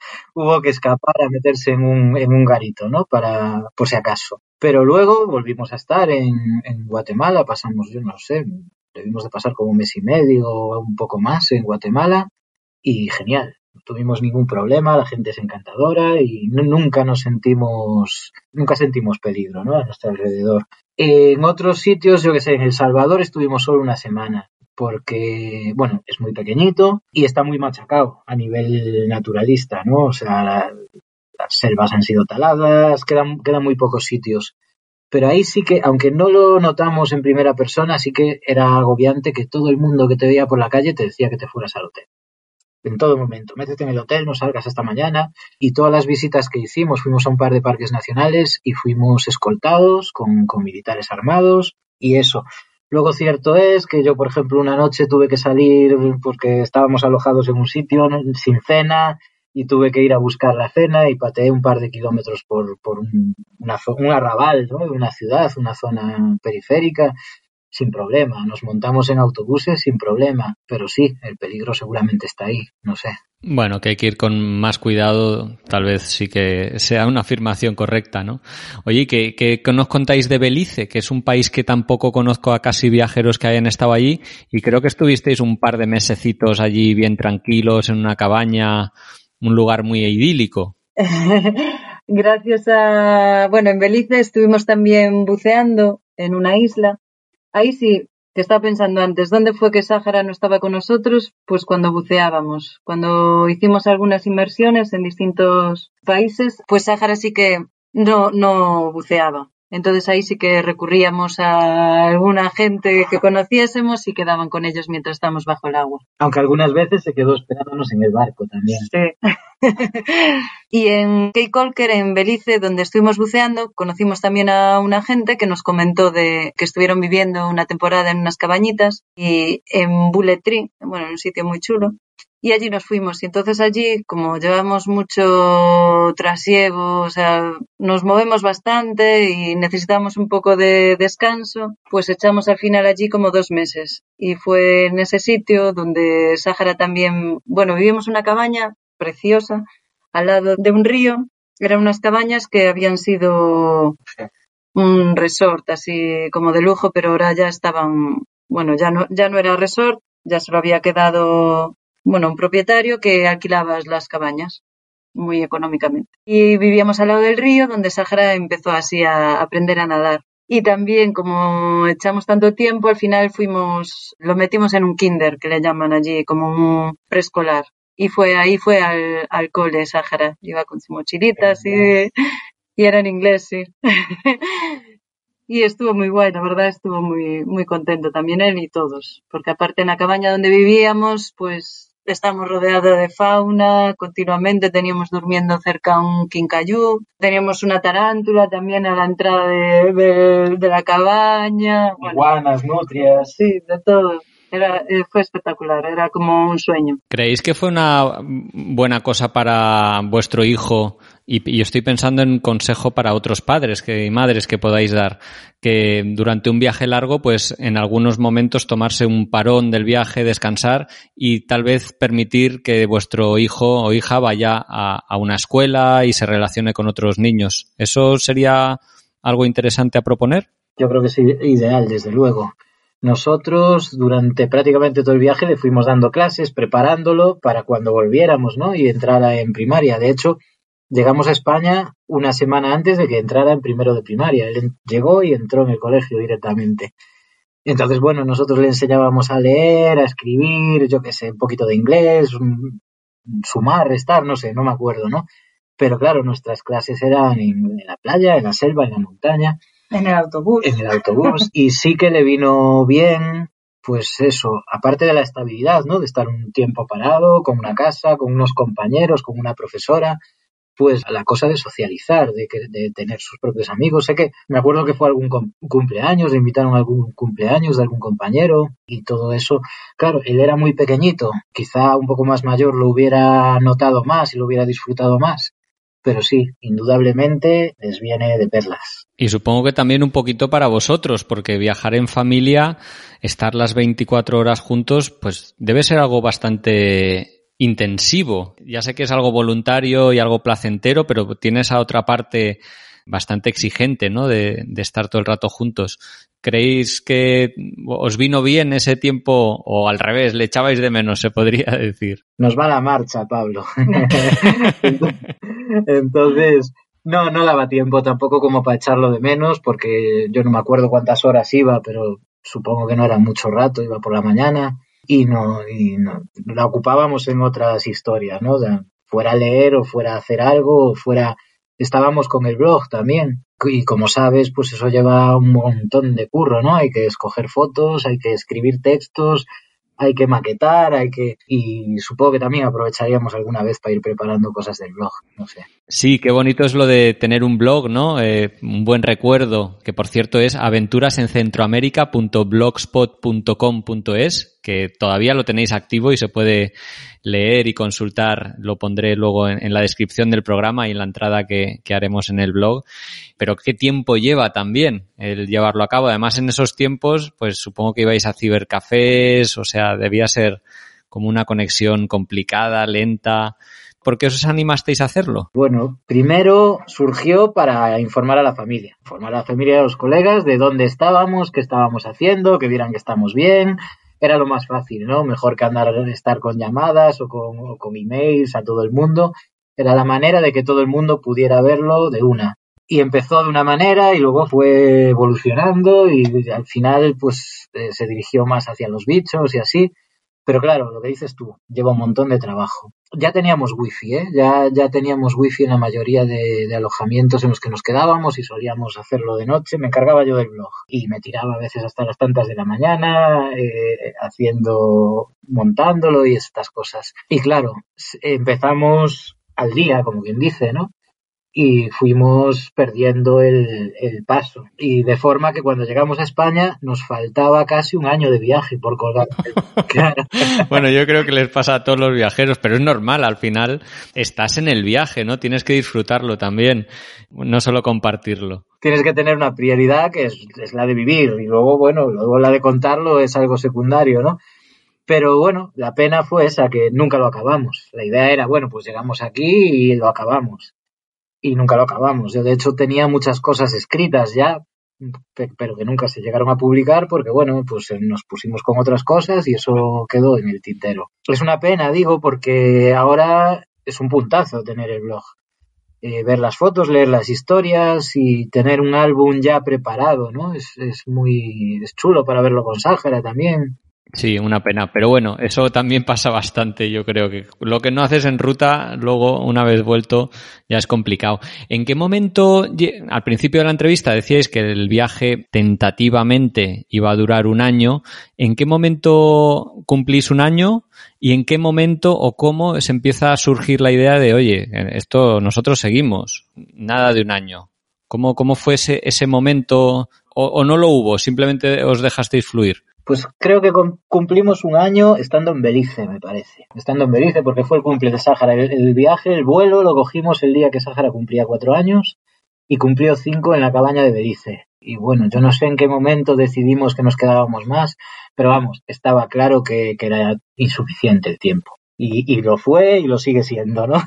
a meterse en un garito, ¿no? Por si acaso. Pero luego volvimos a estar en Guatemala, pasamos, yo no sé, debimos de pasar como 1 mes y medio o un poco más en Guatemala, y genial. No tuvimos ningún problema, la gente es encantadora y nunca sentimos peligro, ¿no? A nuestro alrededor. En otros sitios, yo que sé, en El Salvador estuvimos solo 1 semana porque, bueno, es muy pequeñito y está muy machacado a nivel naturalista, ¿no? O sea, las selvas han sido taladas, quedan muy pocos sitios. Pero ahí sí que, aunque no lo notamos en primera persona, sí que era agobiante que todo el mundo que te veía por la calle te decía que te fueras al hotel. En todo momento, métete en el hotel, no salgas hasta mañana. Y todas las visitas que hicimos, fuimos a un par de parques nacionales y fuimos escoltados con militares armados y eso. Luego cierto es que yo, por ejemplo, una noche tuve que salir porque estábamos alojados en un sitio sin cena y tuve que ir a buscar la cena y pateé un par de kilómetros por un arrabal, ¿no? De una ciudad, una zona periférica. Sin problema, nos montamos en autobuses sin problema, pero sí, el peligro seguramente está ahí, no sé. Bueno, que hay que ir con más cuidado, tal vez sí que sea una afirmación correcta, ¿no? Oye, ¿qué nos contáis de Belice? Que es un país que tampoco conozco a casi viajeros que hayan estado allí y creo que estuvisteis un par de mesecitos allí bien tranquilos en una cabaña, un lugar muy idílico. Gracias en Belice estuvimos también buceando en una isla. Ahí sí, te estaba pensando antes, ¿dónde fue que Sáhara no estaba con nosotros? Pues cuando buceábamos, cuando hicimos algunas inmersiones en distintos países, pues Sáhara sí que no buceaba. Entonces ahí sí que recurríamos a alguna gente que conociésemos y quedaban con ellos mientras estábamos bajo el agua. Aunque algunas veces se quedó esperándonos en el barco también. Sí. Y en Cape Colker, en Belice, donde estuvimos buceando, conocimos también a una gente que nos comentó de que estuvieron viviendo una temporada en unas cabañitas y en Bullet Tree, bueno, en un sitio muy chulo. Y allí nos fuimos. Y entonces allí, como llevamos mucho trasiego, o sea, nos movemos bastante y necesitamos un poco de descanso, pues echamos al final allí como 2 meses. Y fue en ese sitio donde Sáhara también, bueno, vivimos en una cabaña preciosa al lado de un río. Eran unas cabañas que habían sido un resort así como de lujo, pero ahora ya estaban, bueno, ya no era resort, ya se lo había quedado, bueno, un propietario que alquilaba las cabañas muy económicamente. Y vivíamos al lado del río, donde Sáhara empezó así a aprender a nadar. Y también, como echamos tanto tiempo, al final lo metimos en un kinder, que le llaman allí, como un preescolar. Y ahí fue al cole Sáhara. Iba con su mochilita así, y era en inglés, sí. Y estuvo muy guay, la verdad, estuvo muy, muy contento también él y todos. Porque aparte en la cabaña donde vivíamos, pues estábamos rodeados de fauna continuamente, teníamos durmiendo cerca un quincayú, teníamos una tarántula también a la entrada de la cabaña. Iguanas, nutrias. Sí, de todo. Fue espectacular, era como un sueño. ¿Creéis que fue una buena cosa para vuestro hijo Y estoy pensando en consejo para otros padres y madres que podáis dar, que durante un viaje largo, pues en algunos momentos tomarse un parón del viaje, descansar y tal vez permitir que vuestro hijo o hija vaya a una escuela y se relacione con otros niños. ¿Eso sería algo interesante a proponer? Yo creo que es ideal, desde luego. Nosotros durante prácticamente todo el viaje le fuimos dando clases, preparándolo para cuando volviéramos, ¿no? Y entrara en primaria. De hecho, llegamos a España una semana antes de que entrara en primero de primaria. Él llegó y entró en el colegio directamente. Entonces, bueno, nosotros le enseñábamos a leer, a escribir, yo qué sé, un poquito de inglés, sumar, restar, no sé, no me acuerdo, ¿no? Pero claro, nuestras clases eran en la playa, en la selva, en la montaña. En el autobús. En el autobús. Y sí que le vino bien, pues eso, aparte de la estabilidad, ¿no? De estar un tiempo parado, con una casa, con unos compañeros, con una profesora, pues la cosa de socializar, de tener sus propios amigos. Sé que me acuerdo que fue algún cumpleaños, le invitaron a algún cumpleaños de algún compañero y todo eso. Claro, él era muy pequeñito, quizá un poco más mayor lo hubiera notado más y lo hubiera disfrutado más. Pero sí, indudablemente les viene de perlas. Y supongo que también un poquito para vosotros, porque viajar en familia, estar las 24 horas juntos, pues debe ser algo bastante intensivo. Ya sé que es algo voluntario y algo placentero, pero tiene esa otra parte bastante exigente, ¿no? De estar todo el rato juntos. ¿Creéis que os vino bien ese tiempo o al revés, le echabais de menos, se podría decir? Nos va la marcha, Pablo. Entonces, no daba tiempo tampoco como para echarlo de menos, porque yo no me acuerdo cuántas horas iba, pero supongo que no era mucho rato, iba por la mañana y no la ocupábamos en otras historias, ¿no? O sea, fuera a leer o fuera a hacer algo o fuera... Estábamos con el blog también y como sabes, pues eso lleva un montón de curro, ¿no? Hay que escoger fotos, hay que escribir textos, hay que maquetar, y supongo que también aprovecharíamos alguna vez para ir preparando cosas del blog, no sé. Sí, qué bonito es lo de tener un blog, ¿no? Un buen recuerdo, que por cierto es aventurasencentroamerica.blogspot.com.es, que todavía lo tenéis activo y se puede leer y consultar. Lo pondré luego en la descripción del programa y en la entrada que haremos en el blog. Pero qué tiempo lleva también el llevarlo a cabo. Además, en esos tiempos, pues supongo que ibais a cibercafés, o sea, debía ser como una conexión complicada, lenta. ¿Por qué os animasteis a hacerlo? Bueno, primero surgió para informar a la familia y a los colegas de dónde estábamos, qué estábamos haciendo, que vieran que estamos bien. Era lo más fácil, ¿no? Mejor que estar con llamadas o con emails a todo el mundo. Era la manera de que todo el mundo pudiera verlo de una. Y empezó de una manera y luego fue evolucionando y al final pues se dirigió más hacia los bichos y así. Pero claro, lo que dices tú, lleva un montón de trabajo. Ya teníamos wifi, ya teníamos wifi en la mayoría de alojamientos en los que nos quedábamos y solíamos hacerlo de noche. Me encargaba yo del blog y me tiraba a veces hasta las tantas de la mañana montándolo y estas cosas. Y claro, empezamos al día, como quien dice, ¿no? Y fuimos perdiendo el paso. Y de forma que cuando llegamos a España nos faltaba casi un año de viaje por colgar. Claro. Bueno, yo creo que les pasa a todos los viajeros, pero es normal, al final estás en el viaje, ¿no? Tienes que disfrutarlo también, no solo compartirlo. Tienes que tener una prioridad que es la de vivir y luego la de contarlo es algo secundario, ¿no? Pero bueno, la pena fue esa, que nunca lo acabamos. La idea era, bueno, pues llegamos aquí y lo acabamos. Y nunca lo acabamos. Yo, de hecho, tenía muchas cosas escritas ya, pero que nunca se llegaron a publicar porque, bueno, pues nos pusimos con otras cosas y eso quedó en el tintero. Es una pena, digo, porque ahora es un puntazo tener el blog. Ver las fotos, leer las historias y tener un álbum ya preparado, ¿no? Es chulo para verlo con Sáhara también. Sí, una pena, pero bueno, eso también pasa bastante, yo creo que lo que no haces en ruta, luego una vez vuelto ya es complicado. ¿En qué momento, al principio de la entrevista decíais que el viaje tentativamente iba a durar un año, ¿en qué momento cumplís un año y en qué momento o cómo se empieza a surgir la idea de, oye, esto nosotros seguimos, nada de un año? ¿Cómo fue ese momento o no lo hubo, simplemente os dejasteis fluir? Pues creo que cumplimos un año estando en Belice, me parece. Estando en Belice porque fue el cumple de Sáhara. El viaje, el vuelo, lo cogimos el día que Sáhara cumplía 4 años y cumplió 5 en la cabaña de Belice. Y bueno, yo no sé en qué momento decidimos que nos quedábamos más, pero vamos, estaba claro que era insuficiente el tiempo. Y lo fue y lo sigue siendo, ¿no?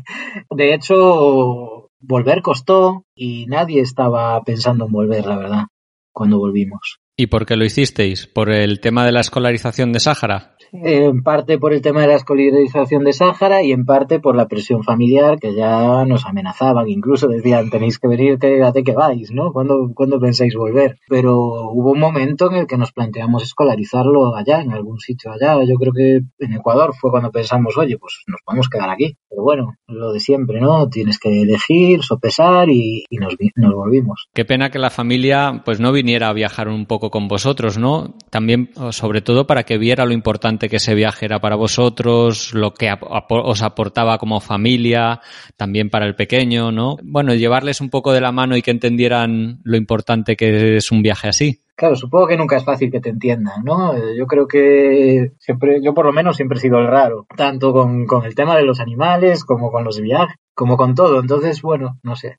De hecho, volver costó y nadie estaba pensando en volver, la verdad, cuando volvimos. ¿Y por qué lo hicisteis? ¿Por el tema de la escolarización de Sáhara? En parte por el tema de la escolarización de Sáhara y en parte por la presión familiar que ya nos amenazaban. Incluso decían, tenéis que venir, quédate que vais, ¿no? ¿Cuándo pensáis volver? Pero hubo un momento en el que nos planteamos escolarizarlo allá, en algún sitio allá. Yo creo que en Ecuador fue cuando pensamos, oye, pues nos podemos quedar aquí. Pero bueno, lo de siempre, ¿no? Tienes que elegir, sopesar y nos volvimos. Qué pena que la familia pues no viniera a viajar un poco con vosotros, ¿no? También, sobre todo, para que viera lo importante que ese viaje era para vosotros, lo que os aportaba como familia, también para el pequeño, ¿no? Bueno, llevarles un poco de la mano y que entendieran lo importante que es un viaje así. Claro, supongo que nunca es fácil que te entiendan, ¿no? Yo creo que yo por lo menos siempre he sido el raro, tanto con el tema de los animales, como con los viajes, como con todo. Entonces, bueno, no sé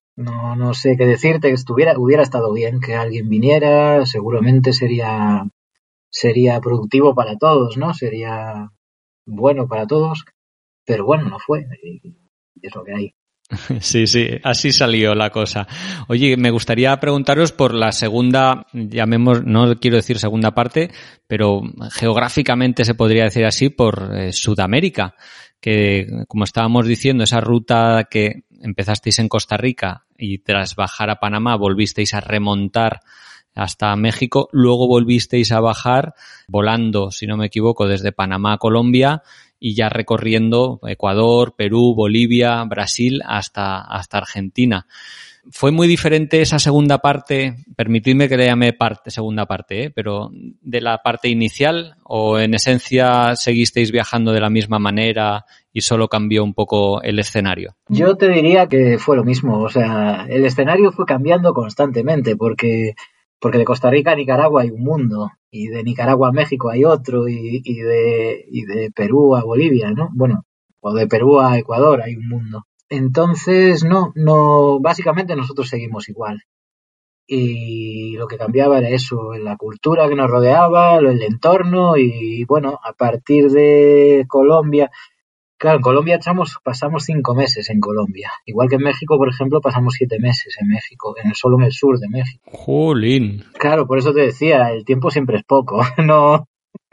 qué decirte, que hubiera estado bien que alguien viniera, seguramente sería productivo para todos, ¿no? Sería bueno para todos, pero bueno, no fue, y es lo que hay. Sí, así salió la cosa. Oye, me gustaría preguntaros por la segunda, no quiero decir segunda parte, pero geográficamente se podría decir así, por Sudamérica, que como estábamos diciendo, esa ruta que empezasteis en Costa Rica y tras bajar a Panamá volvisteis a remontar hasta México, luego volvisteis a bajar volando, si no me equivoco, desde Panamá a Colombia y ya recorriendo Ecuador, Perú, Bolivia, Brasil hasta Argentina. Fue muy diferente esa segunda parte, permitidme que le llame segunda parte, pero de la parte inicial, o en esencia seguisteis viajando de la misma manera y solo cambió un poco el escenario. Yo te diría que fue lo mismo, o sea, el escenario fue cambiando constantemente porque de Costa Rica a Nicaragua hay un mundo, y de Nicaragua a México hay otro, y de Perú a Bolivia, ¿no? Bueno, o de Perú a Ecuador hay un mundo. Entonces, no, básicamente nosotros seguimos igual. Y lo que cambiaba era eso, la cultura que nos rodeaba, el entorno, y bueno, a partir de Colombia. Claro, en Colombia pasamos 5 meses en Colombia. Igual que en México, por ejemplo, pasamos 7 meses en México, solo en el sur de México. ¡Jolín! Claro, por eso te decía, el tiempo siempre es poco. No,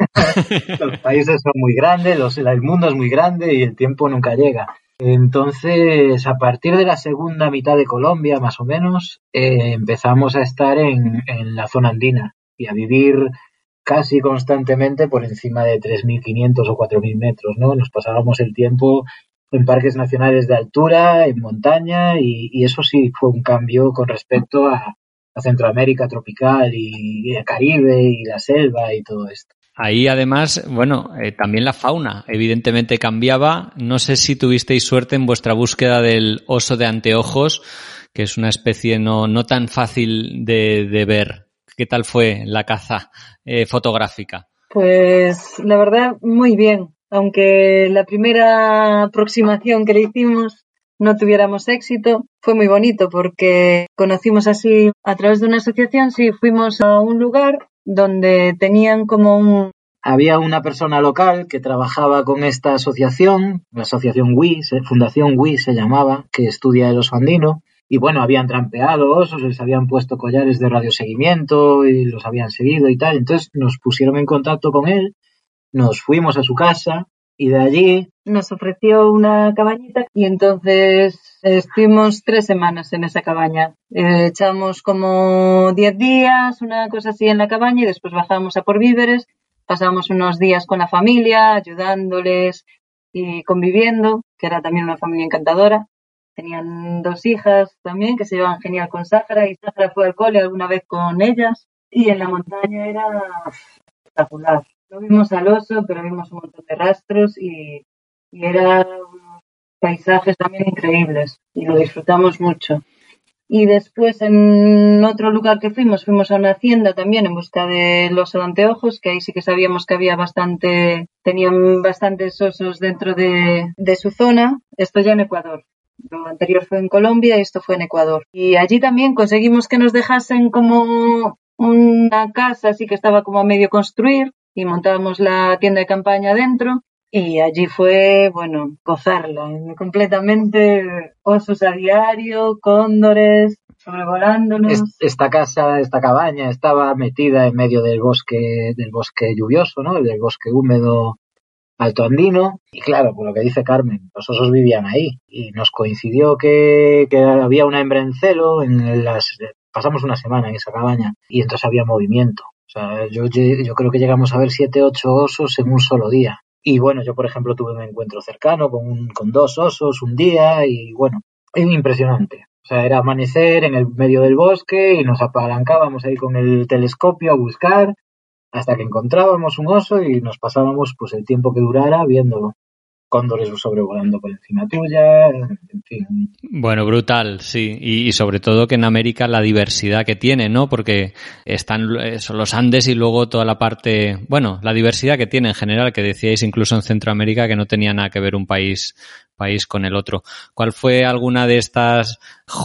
los países son muy grandes, el mundo es muy grande y el tiempo nunca llega. Entonces, a partir de la segunda mitad de Colombia, más o menos, empezamos a estar en la zona andina y a vivir casi constantemente por encima de 3.500 o 4.000 metros, ¿no? Nos pasábamos el tiempo en parques nacionales de altura, en montaña, y eso sí fue un cambio con respecto a Centroamérica tropical y el Caribe y la selva y todo esto. Ahí además, bueno, también la fauna evidentemente cambiaba. No sé si tuvisteis suerte en vuestra búsqueda del oso de anteojos, que es una especie no tan fácil de ver. ¿Qué tal fue la caza fotográfica? Pues la verdad, muy bien. Aunque la primera aproximación que le hicimos no tuviéramos éxito, fue muy bonito porque conocimos así a través de una asociación, sí, fuimos a un lugar donde tenían como Había una persona local que trabajaba con esta asociación, la asociación WIS, Fundación WIS se llamaba, que estudia el oso andino. Y bueno, habían trampeado osos, les habían puesto collares de radioseguimiento y los habían seguido y tal. Entonces nos pusieron en contacto con él, nos fuimos a su casa y de allí nos ofreció una cabañita y entonces estuvimos 3 semanas en esa cabaña. Echamos como 10 días, una cosa así en la cabaña y después bajamos a por víveres. Pasamos unos días con la familia, ayudándoles y conviviendo, que era también una familia encantadora. Tenían 2 hijas también que se llevaban genial con Sáhara y Sáhara fue al cole alguna vez con ellas y en la montaña era espectacular. No vimos al oso, pero vimos un montón de rastros y eran unos paisajes también increíbles y lo disfrutamos mucho. Y después en otro lugar que fuimos a una hacienda también en busca de los anteojos, que ahí sí que sabíamos que había tenían bastantes osos dentro de su zona. Esto ya en Ecuador. Lo anterior fue en Colombia y esto fue en Ecuador. Y allí también conseguimos que nos dejasen como una casa así que estaba como a medio construir y montábamos la tienda de campaña dentro. Y allí fue, bueno, gozarla, completamente osos a diario, cóndores, sobrevolándonos. Esta cabaña estaba metida en medio del bosque lluvioso, ¿no? Del bosque húmedo altoandino. Y claro, por lo que dice Carmen, los osos vivían ahí. Y nos coincidió que había una hembra en celo, pasamos una semana en esa cabaña, y entonces había movimiento. O sea, yo creo que llegamos a ver 7, 8 osos en un solo día. Y bueno, yo por ejemplo tuve un encuentro cercano con 2 osos un día y bueno, es impresionante. O sea, era amanecer en el medio del bosque y nos apalancábamos ahí con el telescopio a buscar hasta que encontrábamos un oso y nos pasábamos pues el tiempo que durara viéndolo. Cóndores sobrevolando por encima tuya, en fin. Bueno, brutal, sí. Y sobre todo que en América la diversidad que tiene, ¿no? Porque están son los Andes y luego toda la parte... Bueno, la diversidad que tiene en general, que decíais incluso en Centroamérica que no tenía nada que ver un país con el otro. ¿Cuál fue alguna de estas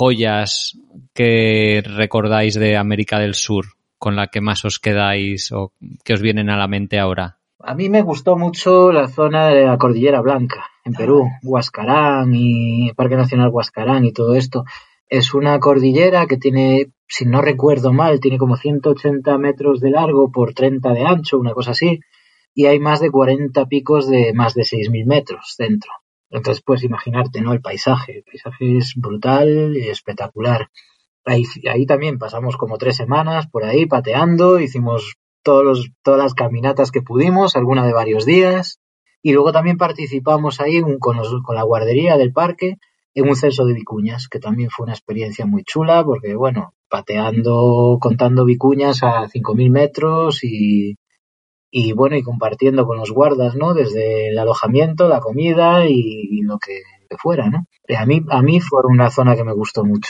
joyas que recordáis de América del Sur con la que más os quedáis o que os vienen a la mente ahora? A mí me gustó mucho la zona de la Cordillera Blanca, en Perú, Huascarán y Parque Nacional Huascarán y todo esto. Es una cordillera que tiene, si no recuerdo mal, tiene como 180 metros de largo por 30 de ancho, una cosa así, y hay más de 40 picos de más de 6.000 metros dentro. Entonces, pues imaginarte, ¿no? El paisaje es brutal y espectacular. Ahí también pasamos como 3 semanas por ahí pateando, hicimos todas las caminatas que pudimos, alguna de varios días, y luego también participamos ahí con la guardería del parque en un censo de vicuñas, que también fue una experiencia muy chula, porque bueno, pateando, contando vicuñas a 5.000 metros y bueno, y compartiendo con los guardas, ¿no? Desde el alojamiento, la comida y lo que fuera, ¿no? A mí fue una zona que me gustó mucho.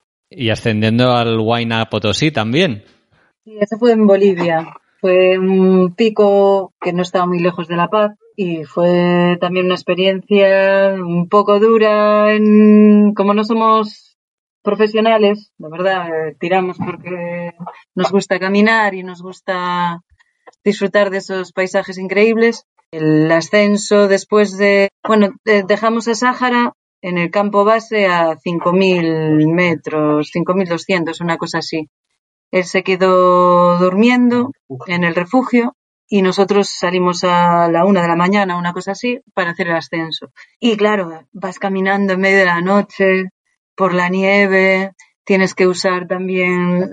Y ascendiendo al Huayna Potosí también. Sí, eso fue en Bolivia. Fue un pico que no estaba muy lejos de La Paz y fue también una experiencia un poco dura. Como no somos profesionales, la verdad, tiramos porque nos gusta caminar y nos gusta disfrutar de esos paisajes increíbles. El ascenso después dejamos a Sáhara en el campo base a 5.000 metros, 5.200, una cosa así. Él se quedó durmiendo en el refugio y nosotros salimos a la 1 de la mañana, una cosa así, para hacer el ascenso. Y claro, vas caminando en medio de la noche, por la nieve, tienes que usar también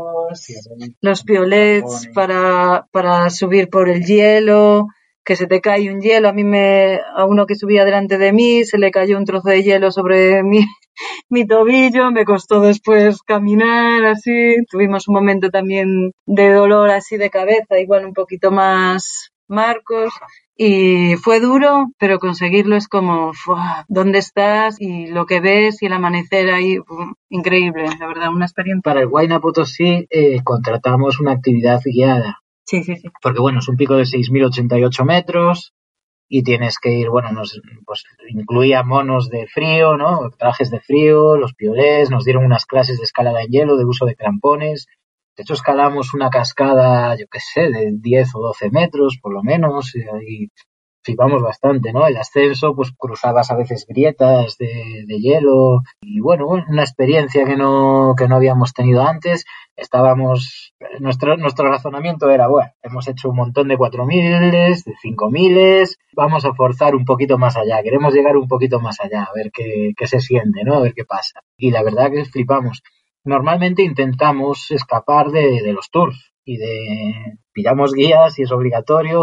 los piolets para subir por el hielo, que se te cae un hielo. A uno que subía delante de mí se le cayó un trozo de hielo sobre mi tobillo, me costó después caminar así, tuvimos un momento también de dolor así de cabeza, igual un poquito más Marcos, y fue duro, pero conseguirlo es como, ¿dónde estás? Y lo que ves y el amanecer ahí, increíble, la verdad, una experiencia. Para el Huayna Potosí contratamos una actividad guiada. Sí. Porque bueno, es un pico de 6.088 metros, y tienes que ir, bueno, pues incluía monos de frío, ¿no? Trajes de frío, los piolés, nos dieron unas clases de escalada en hielo, de uso de crampones. De hecho, escalamos una cascada, yo qué sé, de 10 o 12 metros, por lo menos, y flipamos bastante, ¿no? El ascenso, pues cruzabas a veces grietas de hielo, y bueno, una experiencia que no habíamos tenido antes. Nuestro razonamiento era, bueno, hemos hecho un montón de 4.000, de 5.000, vamos a forzar un poquito más allá, queremos llegar un poquito más allá, a ver qué se siente, ¿no? A ver qué pasa. Y la verdad que flipamos. Normalmente intentamos escapar de los tours y pillamos guías si es obligatorio,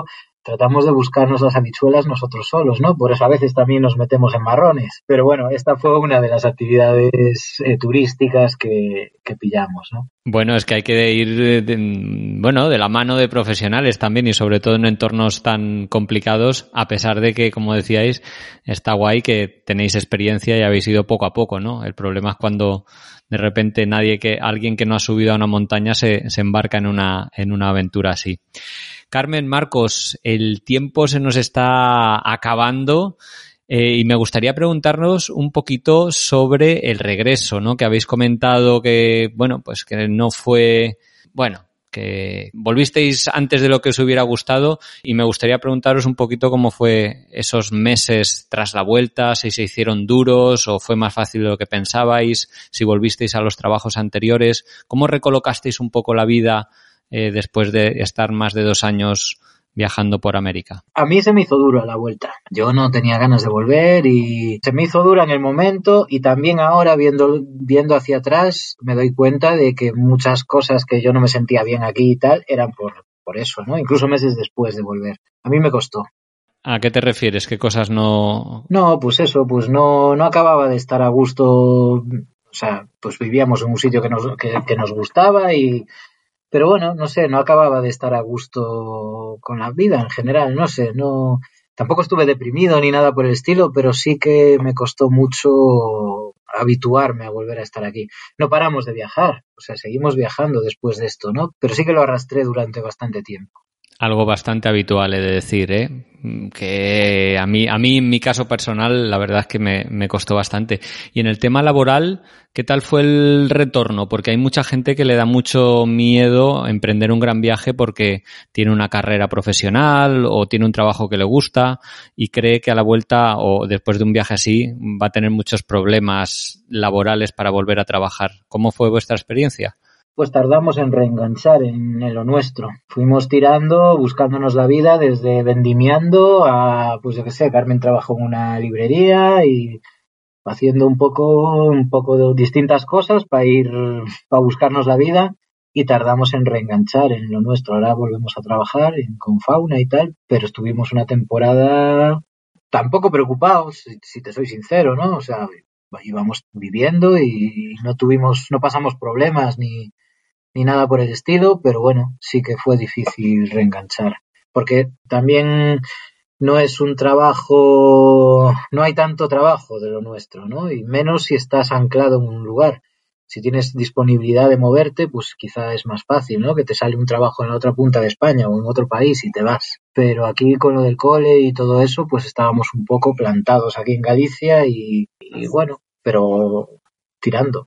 tratamos de buscarnos las habichuelas nosotros solos, ¿no? Por eso a veces también nos metemos en marrones. Pero bueno, esta fue una de las actividades turísticas que pillamos, ¿no? Bueno, es que hay que ir de la mano de profesionales también y sobre todo en entornos tan complicados, a pesar de que, como decíais, está guay que tenéis experiencia y habéis ido poco a poco, ¿no? El problema es cuando de repente alguien que no ha subido a una montaña se embarca en una aventura así. Carmen, Marcos, el tiempo se nos está acabando. Y me gustaría preguntarnos un poquito sobre el regreso, ¿no? Que habéis comentado que, pues que no fue, que volvisteis antes de lo que os hubiera gustado y me gustaría preguntaros un poquito cómo fue esos meses tras la vuelta, si se hicieron duros o fue más fácil de lo que pensabais, si volvisteis a los trabajos anteriores, cómo recolocasteis un poco la vida después de estar más de 2 años viajando por América. A mí se me hizo duro a la vuelta. Yo no tenía ganas de volver y se me hizo dura en el momento y también ahora viendo hacia atrás me doy cuenta de que muchas cosas que yo no me sentía bien aquí y tal eran por eso, ¿no? Incluso meses después de volver. A mí me costó. ¿A qué te refieres? ¿Qué cosas no...? No, pues eso, pues no acababa de estar a gusto. O sea, pues vivíamos en un sitio que nos gustaba pero bueno, no sé, no acababa de estar a gusto con la vida en general, no sé, tampoco estuve deprimido ni nada por el estilo, pero sí que me costó mucho habituarme a volver a estar aquí. No paramos de viajar, o sea, seguimos viajando después de esto, ¿no? Pero sí que lo arrastré durante bastante tiempo. Algo bastante habitual, he de decir, que a mí en mi caso personal la verdad es que me costó bastante. Y en el tema laboral, ¿qué tal fue el retorno? Porque hay mucha gente que le da mucho miedo emprender un gran viaje porque tiene una carrera profesional o tiene un trabajo que le gusta y cree que a la vuelta o después de un viaje así va a tener muchos problemas laborales para volver a trabajar. ¿Cómo fue vuestra experiencia? Pues tardamos en reenganchar en lo nuestro. Fuimos tirando, buscándonos la vida desde vendimiando a, pues yo qué sé, Carmen trabajó en una librería y haciendo un poco de distintas cosas para buscarnos la vida y tardamos en reenganchar en lo nuestro. Ahora volvemos a trabajar con fauna y tal, pero estuvimos una temporada tampoco preocupados, si te soy sincero, ¿no? O sea, íbamos viviendo y no pasamos problemas ni nada por el estilo, pero bueno, sí que fue difícil reenganchar, porque también no es un trabajo, no hay tanto trabajo de lo nuestro, ¿no? Y menos si estás anclado en un lugar. Si tienes disponibilidad de moverte, pues quizá es más fácil, ¿no? Que te sale un trabajo en la otra punta de España o en otro país y te vas. Pero aquí con lo del cole y todo eso, pues estábamos un poco plantados aquí en Galicia y bueno, pero tirando.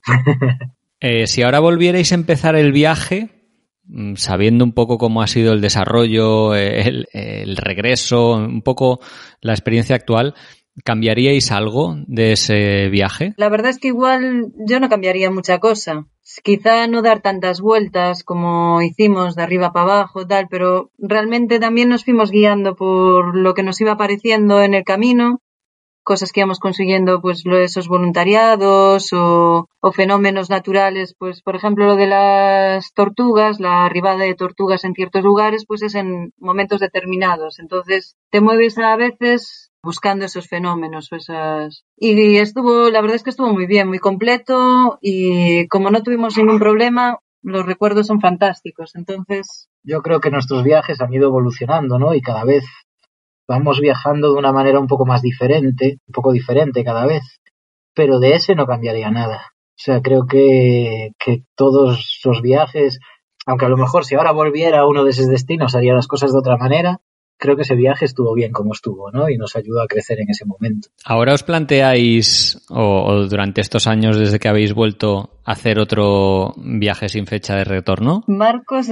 Si ahora volvierais a empezar el viaje, sabiendo un poco cómo ha sido el desarrollo, el regreso, un poco la experiencia actual, ¿cambiaríais algo de ese viaje? La verdad es que igual yo no cambiaría mucha cosa. Quizá no dar tantas vueltas como hicimos de arriba para abajo, tal, pero realmente también nos fuimos guiando por lo que nos iba apareciendo en el camino. Cosas que íbamos consiguiendo, pues esos voluntariados o fenómenos naturales, pues por ejemplo lo de las tortugas, la arribada de tortugas en ciertos lugares, pues es en momentos determinados. Entonces te mueves a veces buscando esos fenómenos o esas... Y la verdad es que estuvo muy bien, muy completo y como no tuvimos ningún problema, los recuerdos son fantásticos. Entonces... Yo creo que nuestros viajes han ido evolucionando, ¿no? Y cada vez vamos viajando de una manera un poco diferente cada vez, pero de ese no cambiaría nada. O sea, creo que todos los viajes, aunque a lo mejor si ahora volviera a uno de esos destinos haría las cosas de otra manera, creo que ese viaje estuvo bien como estuvo, ¿no? Y nos ayudó a crecer en ese momento. ¿Ahora os planteáis, o durante estos años desde que habéis vuelto, hacer otro viaje sin fecha de retorno? Marcos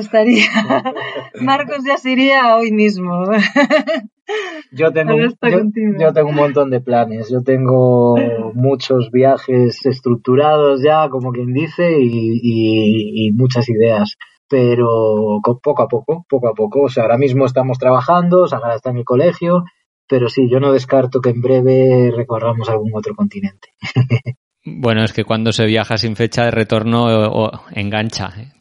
ya se iría hoy mismo. Yo tengo un montón de planes. Yo tengo muchos viajes estructurados ya, como quien dice, y muchas ideas. Pero poco a poco. O sea, ahora mismo estamos trabajando, Sahara está en el colegio, pero sí, yo no descarto que en breve recorramos algún otro continente. Bueno, es que cuando se viaja sin fecha de retorno engancha,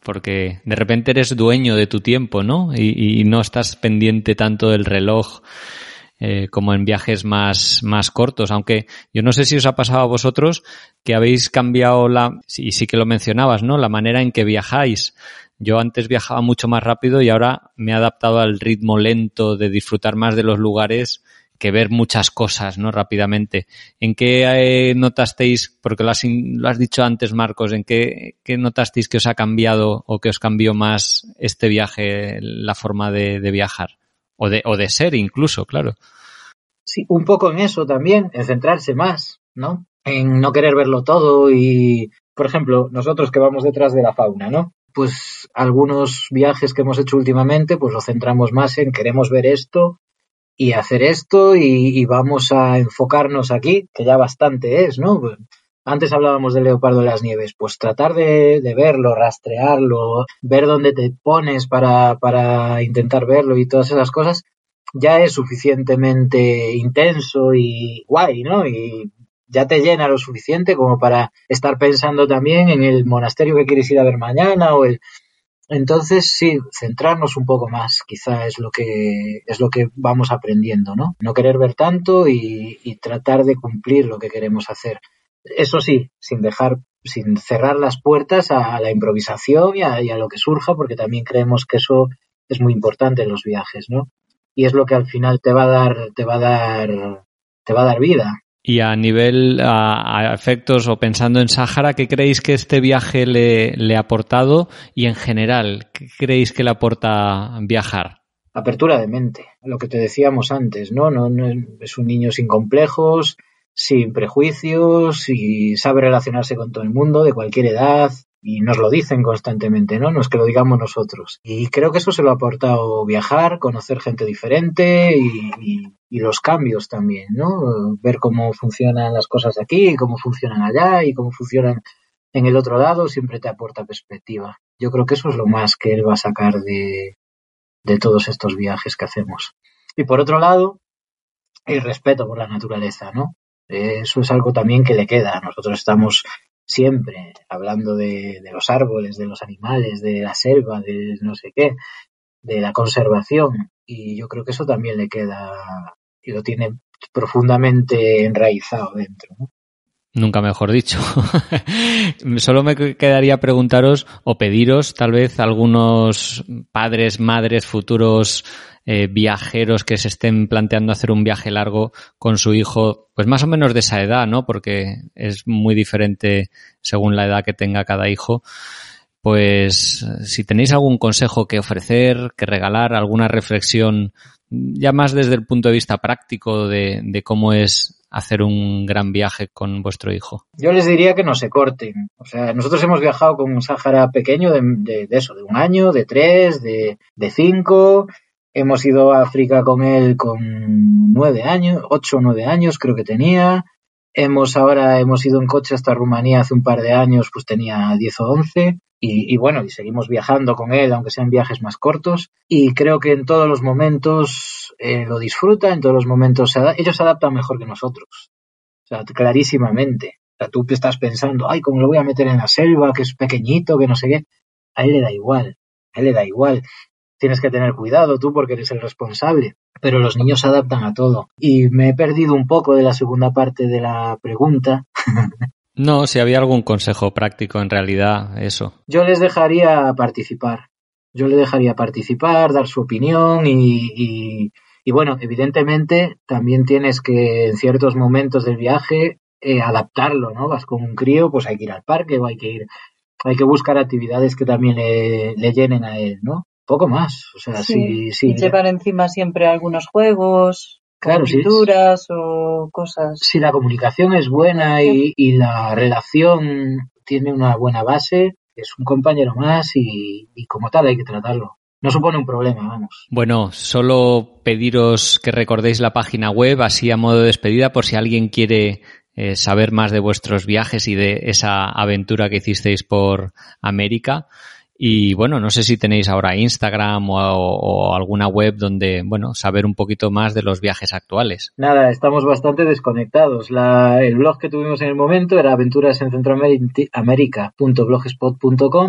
porque de repente eres dueño de tu tiempo, ¿no? Y no estás pendiente tanto del reloj como en viajes más cortos, aunque yo no sé si os ha pasado a vosotros que habéis cambiado y sí que lo mencionabas, ¿no? La manera en que viajáis. Yo antes viajaba mucho más rápido y ahora me he adaptado al ritmo lento de disfrutar más de los lugares que ver muchas cosas, ¿no? Rápidamente. ¿En qué notasteis, porque lo has dicho antes, Marcos, en qué notasteis que os ha cambiado o que os cambió más este viaje, la forma de viajar? O de ser incluso, claro. Sí, un poco en eso también, en centrarse más, ¿no? En no querer verlo todo y, por ejemplo, nosotros que vamos detrás de la fauna, ¿no? Pues algunos viajes que hemos hecho últimamente, pues lo centramos más en queremos ver esto y hacer esto y vamos a enfocarnos aquí, que ya bastante es, ¿no? Antes hablábamos del leopardo de las nieves, pues tratar de verlo, rastrearlo, ver dónde te pones para intentar verlo y todas esas cosas, ya es suficientemente intenso y guay, ¿no? Y ya te llena lo suficiente como para estar pensando también en el monasterio que quieres ir a ver mañana Entonces, sí, centrarnos un poco más, quizá es lo que vamos aprendiendo, ¿no? No querer ver tanto y tratar de cumplir lo que queremos hacer. Eso sí, sin cerrar las puertas a la improvisación y a lo que surja, porque también creemos que eso es muy importante en los viajes, ¿no? Y es lo que al final te va a dar vida. Y a nivel, a efectos o pensando en Sáhara, ¿qué creéis que este viaje le ha aportado? Y en general, ¿qué creéis que le aporta viajar? Apertura de mente, lo que te decíamos antes, ¿no? No es un niño sin complejos, sin prejuicios y sabe relacionarse con todo el mundo de cualquier edad y nos lo dicen constantemente, ¿no? No es que lo digamos nosotros. Y creo que eso se lo ha aportado viajar, conocer gente diferente y los cambios también, ¿no? Ver cómo funcionan las cosas aquí, cómo funcionan allá y cómo funcionan en el otro lado siempre te aporta perspectiva. Yo creo que eso es lo más que él va a sacar de todos estos viajes que hacemos. Y por otro lado, el respeto por la naturaleza, ¿no? Eso es algo también que le queda. Nosotros estamos siempre hablando de los árboles, de los animales, de la selva, de no sé qué, de la conservación. Y yo creo que eso también le queda y lo tiene profundamente enraizado dentro, ¿no? Nunca mejor dicho. Solo me quedaría preguntaros o pediros tal vez algunos padres, madres, futuros viajeros que se estén planteando hacer un viaje largo con su hijo, pues más o menos de esa edad, ¿no? Porque es muy diferente según la edad que tenga cada hijo. Pues si tenéis algún consejo que ofrecer, que regalar, alguna reflexión, ya más desde el punto de vista práctico de cómo es hacer un gran viaje con vuestro hijo. Yo les diría que no se corten. O sea, nosotros hemos viajado con un Sáhara pequeño de eso, de 1 año, de 3, de 5. Hemos ido a África con él con 9 años, 8 o 9 años creo que tenía. Hemos ido en coche hasta Rumanía hace un par de años, pues tenía 10 o 11. Y bueno, y seguimos viajando con él, aunque sean viajes más cortos. Y creo que en todos los momentos lo disfruta, en todos los momentos ellos se adaptan mejor que nosotros. O sea, clarísimamente. O sea, tú te estás pensando, ay, ¿cómo lo voy a meter en la selva, que es pequeñito, que no sé qué? A él le da igual. Tienes que tener cuidado tú porque eres el responsable. Pero los niños se adaptan a todo. Y me he perdido un poco de la segunda parte de la pregunta. No, si había algún consejo práctico en realidad, eso. Yo les dejaría participar. Dar su opinión y bueno, evidentemente también tienes que en ciertos momentos del viaje adaptarlo, ¿no? Vas con un crío, pues hay que ir al parque o hay que buscar actividades que también le llenen a él, ¿no? Poco más, o sea, sí. Y llevar encima siempre algunos juegos, claro, pinturas o cosas. Si la comunicación es buena y la relación tiene una buena base, es un compañero más y como tal hay que tratarlo. No supone un problema, vamos. Bueno, solo pediros que recordéis la página web, así a modo de despedida, por si alguien quiere saber más de vuestros viajes y de esa aventura que hicisteis por América. Y bueno, no sé si tenéis ahora Instagram o alguna web donde, bueno, saber un poquito más de los viajes actuales. Nada, estamos bastante desconectados. El blog que tuvimos en el momento era aventurasencentroamerica.blogspot.com,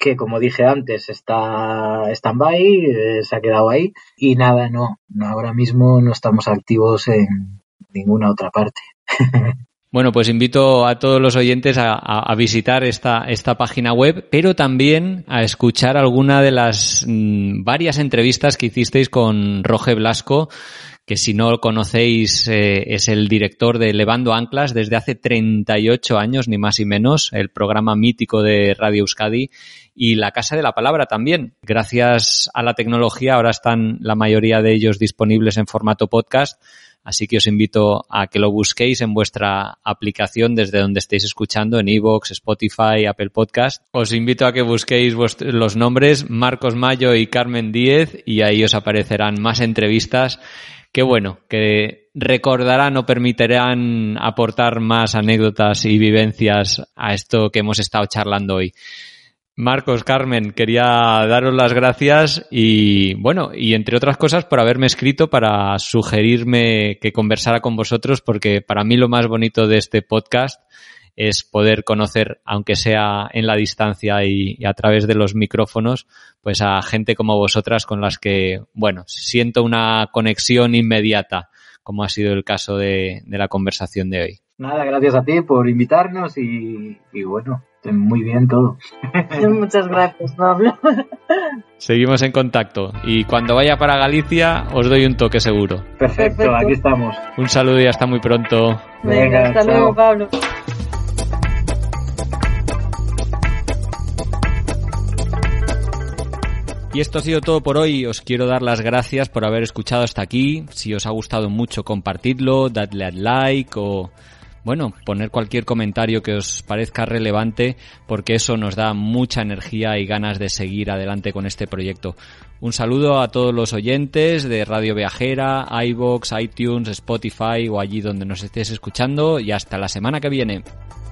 que como dije antes está stand-by, se ha quedado ahí y nada, no, ahora mismo no estamos activos en ninguna otra parte. Bueno, pues invito a todos los oyentes a visitar esta página web, pero también a escuchar alguna de las varias entrevistas que hicisteis con Roge Blasco, que si no lo conocéis es el director de Levando Anclas desde hace 38 años, ni más ni menos, el programa mítico de Radio Euskadi, y La Casa de la Palabra también. Gracias a la tecnología ahora están la mayoría de ellos disponibles en formato podcast, así que os invito a que lo busquéis en vuestra aplicación desde donde estéis escuchando, en iVoox, Spotify, Apple Podcast. Os invito a que busquéis los nombres Marcos Mayo y Carmen Díez y ahí os aparecerán más entrevistas que recordarán o permitirán aportar más anécdotas y vivencias a esto que hemos estado charlando hoy. Marcos, Carmen, quería daros las gracias y entre otras cosas por haberme escrito para sugerirme que conversara con vosotros, porque para mí lo más bonito de este podcast es poder conocer, aunque sea en la distancia y a través de los micrófonos, pues a gente como vosotras con las que, siento una conexión inmediata, como ha sido el caso de la conversación de hoy. Nada, gracias a ti por invitarnos y muy bien todo. Muchas gracias, Pablo. Seguimos en contacto y cuando vaya para Galicia os doy un toque seguro. Perfecto, aquí estamos. Un saludo y hasta muy pronto. Venga, hasta luego, Pablo. Y esto ha sido todo por hoy. Os quiero dar las gracias por haber escuchado hasta aquí. Si os ha gustado mucho, compartidlo, dadle al like o, poner cualquier comentario que os parezca relevante, porque eso nos da mucha energía y ganas de seguir adelante con este proyecto. Un saludo a todos los oyentes de Radio Viajera, iVoox, iTunes, Spotify o allí donde nos estéis escuchando y hasta la semana que viene.